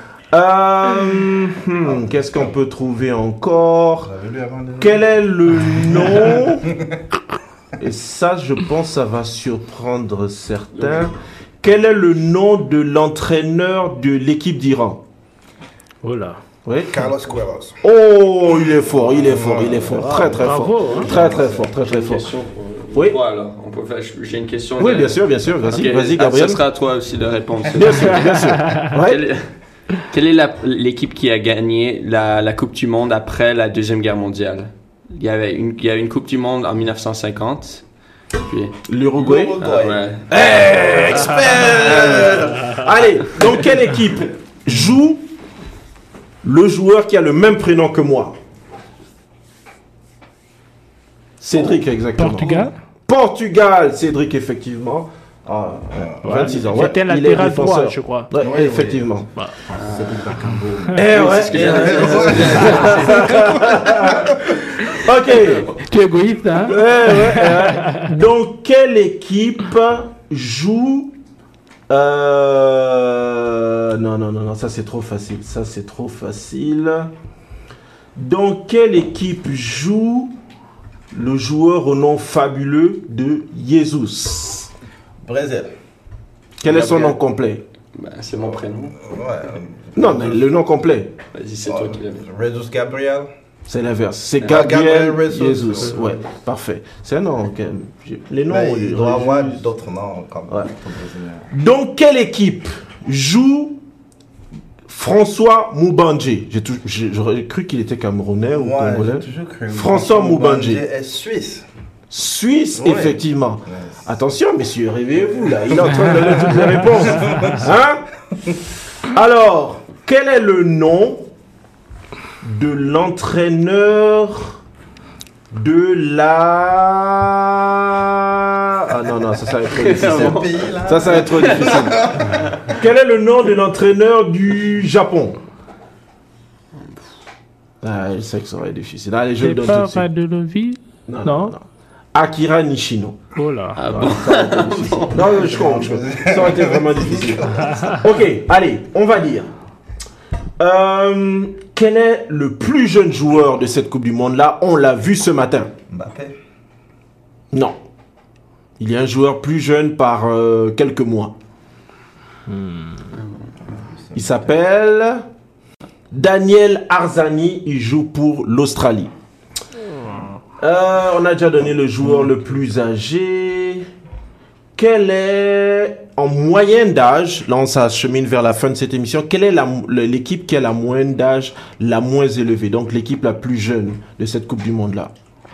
Qu'est-ce qu'on peut trouver encore? Quel est le nom? Et ça, je pense, ça va surprendre certains. Quel est le nom de l'entraîneur de l'équipe d'Iran? Oh là. Oui. Carlos Queiroz. Oh, il est fort. Très fort. Hein. Très fort. Oui. Voilà, on peut faire. J'ai une question. Oui, bien sûr. Vas-y, Gabriel. Ce sera à toi aussi de répondre. Bien sûr. Ouais. Quelle est l'équipe qui a gagné la Coupe du Monde après la Deuxième Guerre mondiale? Il y avait une Coupe du Monde en 1950. Puis... L'Uruguay. Ah, ouais. Hey, expert. Allez, dans quelle équipe joue le joueur qui a le même prénom que moi? Cédric, exactement. Portugal, Cédric, effectivement. 26 ans. C'était un latéral droit, je crois. Ouais, effectivement. Cédric Bakambu. Ok. Tu es égoïste, hein? Donc, quelle équipe joue... Non, ça c'est trop facile. Donc, quelle équipe joue le joueur au nom fabuleux de Jesus? Brésil. Quel est son nom complet? C'est mon prénom. Non, mais le nom complet. Vas-y, c'est toi qui l'as. Jesus Gabriel. C'est l'inverse. C'est Gabriel Jesus. Ouais, parfait. C'est un nom. Les noms. Il doit avoir d'autres noms comme Donc, quelle équipe joue François Moubandji? J'aurais cru qu'il était camerounais ou congolais. François Moubandji est suisse. Suisse, effectivement. Ouais. Attention, messieurs, réveillez-vous là. Il est en train de donner toutes les réponses. Hein? Alors, quel est le nom de l'entraîneur de la... Ah non, ça va être trop difficile. Ça va être trop difficile. Quel est le nom de l'entraîneur du Japon? Je sais que ça va être difficile. Allez, je le donne tout de suite. De Levi? Non. Akira Nishino. Oh là. Non, je comprends. Ça aurait été vraiment difficile. Ok, allez, on va dire. Quel est le plus jeune joueur de cette Coupe du Monde là? On l'a vu ce matin. Mbappé. Non. Il y a un joueur plus jeune par quelques mois. Il s'appelle Daniel Arzani. Il joue pour l'Australie. On a déjà donné le joueur le plus âgé. Quel est, en moyenne d'âge, là on s'achemine vers la fin de cette émission, quelle est l'équipe qui a la moyenne d'âge la moins élevée? Donc l'équipe la plus jeune de cette Coupe du Monde là.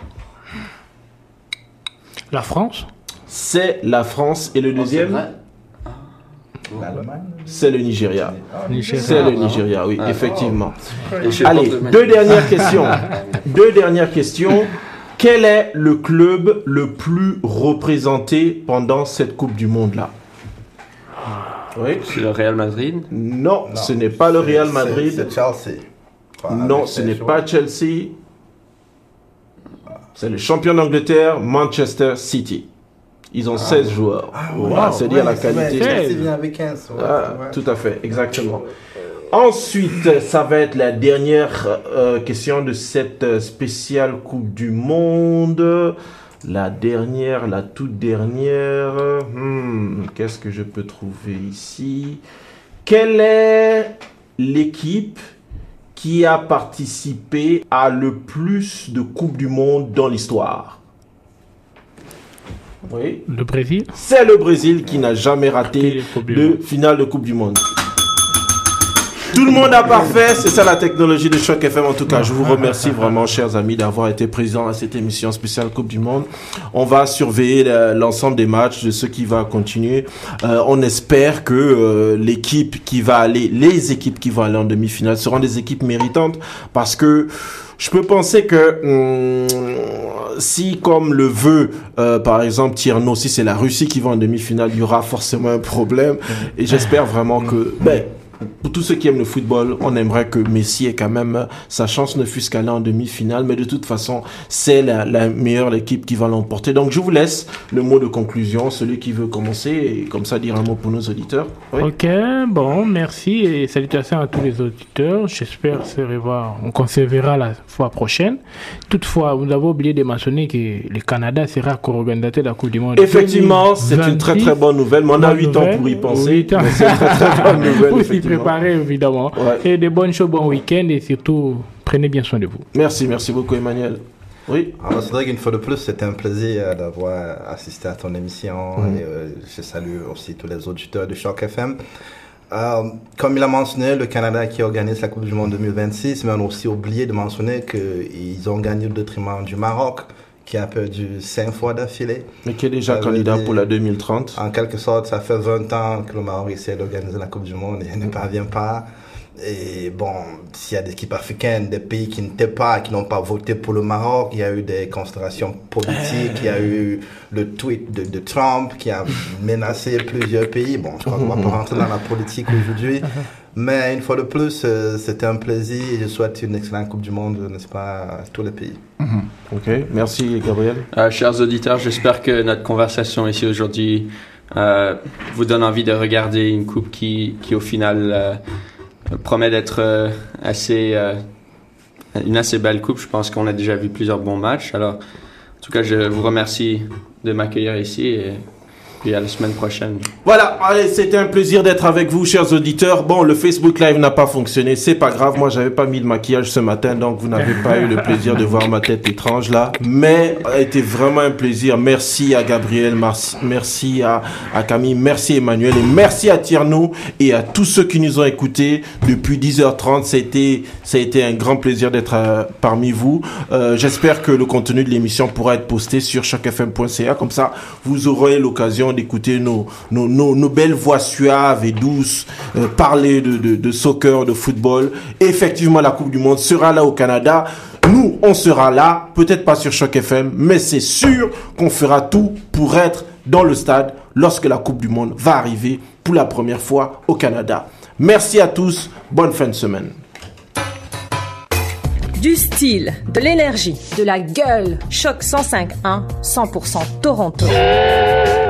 La France? C'est la France. Et le deuxième? L'Allemagne? C'est le Nigeria. C'est le Nigeria, oui, effectivement. Allez, deux dernières questions. Quel est le club le plus représenté pendant cette Coupe du Monde-là? Oui. C'est le Real Madrid? Non, ce n'est pas le Real Madrid. C'est Chelsea. Non, ce n'est pas Chelsea. C'est le champion d'Angleterre, Manchester City. Ils ont 16 joueurs. C'est dire la qualité. Chelsea vient avec 15. Tout à fait, exactement. Ensuite, ça va être la dernière question de cette spéciale Coupe du Monde. La toute dernière. Qu'est-ce que je peux trouver ici? Quelle est l'équipe qui a participé à le plus de Coupes du Monde dans l'histoire? Oui. Le Brésil? C'est le Brésil qui n'a jamais raté de finale de Coupe du Monde. Tout le monde a parfait, c'est ça la technologie de Choc FM. En tout cas, je vous remercie vraiment, chers amis, d'avoir été présents à cette émission spéciale Coupe du Monde. On va surveiller l'ensemble des matchs, de ce qui va continuer. On espère que les équipes qui vont aller en demi-finale seront des équipes méritantes, parce que je peux penser que si, comme le veut par exemple Tierno, si c'est la Russie qui va en demi-finale, il y aura forcément un problème. Et j'espère vraiment que... pour tous ceux qui aiment le football, on aimerait que Messi ait quand même sa chance, ne fût-ce qu'aller en demi-finale, mais de toute façon, c'est la meilleure équipe qui va l'emporter. Donc je vous laisse le mot de conclusion, celui qui veut commencer, et comme ça dire un mot pour nos auditeurs. Oui. Ok, bon, merci et salutations à tous les auditeurs. J'espère se revoir. On conservera la fois prochaine. Toutefois, vous avez oublié de mentionner que le Canada sera co-organisateur de la Coupe du Monde. Effectivement, c'est une très très bonne nouvelle, mais on a 8 ans pour y penser. Mais c'est une très très bonne nouvelle. Préparer évidemment. Et de bonnes choses, bon week-end et surtout prenez bien soin de vous. Merci beaucoup Emmanuel. Oui. Alors c'est vrai qu'une fois de plus, c'était un plaisir d'avoir assisté à ton émission. Et, je salue aussi tous les auditeurs de Choc FM. Comme il a mentionné, le Canada qui organise la Coupe du Monde 2026, mais on a aussi oublié de mentionner qu'ils ont gagné au détriment du Maroc, qui a perdu 5 fois d'affilée. Mais qui est déjà candidat pour la 2030. En quelque sorte, ça fait 20 ans que le Maroc essaie d'organiser la Coupe du Monde et ne parvient pas. Et bon, s'il y a des équipes africaines, des pays qui n'ont pas voté pour le Maroc, il y a eu des considérations politiques, il y a eu le tweet de Trump qui a menacé plusieurs pays. Bon, je crois qu'on va pas rentrer dans la politique aujourd'hui. Mais une fois de plus, c'était un plaisir et je souhaite une excellente Coupe du Monde, n'est-ce pas, à tous les pays. Ok, merci Gabriel. Chers auditeurs, j'espère que notre conversation ici aujourd'hui vous donne envie de regarder une coupe qui au final promet d'être une assez belle coupe. Je pense qu'on a déjà vu plusieurs bons matchs. Alors, en tout cas, je vous remercie de m'accueillir ici et puis à la semaine prochaine. Voilà, allez, c'était un plaisir d'être avec vous, chers auditeurs. Bon, le Facebook Live n'a pas fonctionné, c'est pas grave. Moi, j'avais pas mis de maquillage ce matin, donc vous n'avez pas eu le plaisir de voir ma tête étrange là. Mais ça a été vraiment un plaisir. Merci à Gabriel, merci à Camille, merci Emmanuel et merci à Tierno et à tous ceux qui nous ont écoutés depuis 10h30. Ça a été un grand plaisir d'être parmi vous. J'espère que le contenu de l'émission pourra être posté sur chocfm.ca. Comme ça, vous aurez l'occasion d'écouter nos belles voix suaves et douces parler de soccer, de football. Et effectivement, la Coupe du Monde sera là au Canada. Nous, on sera là, peut-être pas sur Choc FM, mais c'est sûr qu'on fera tout pour être dans le stade lorsque la Coupe du Monde va arriver pour la première fois au Canada. Merci à tous, bonne fin de semaine. Du style, de l'énergie, de la gueule. Choc 105.1, 100% Toronto.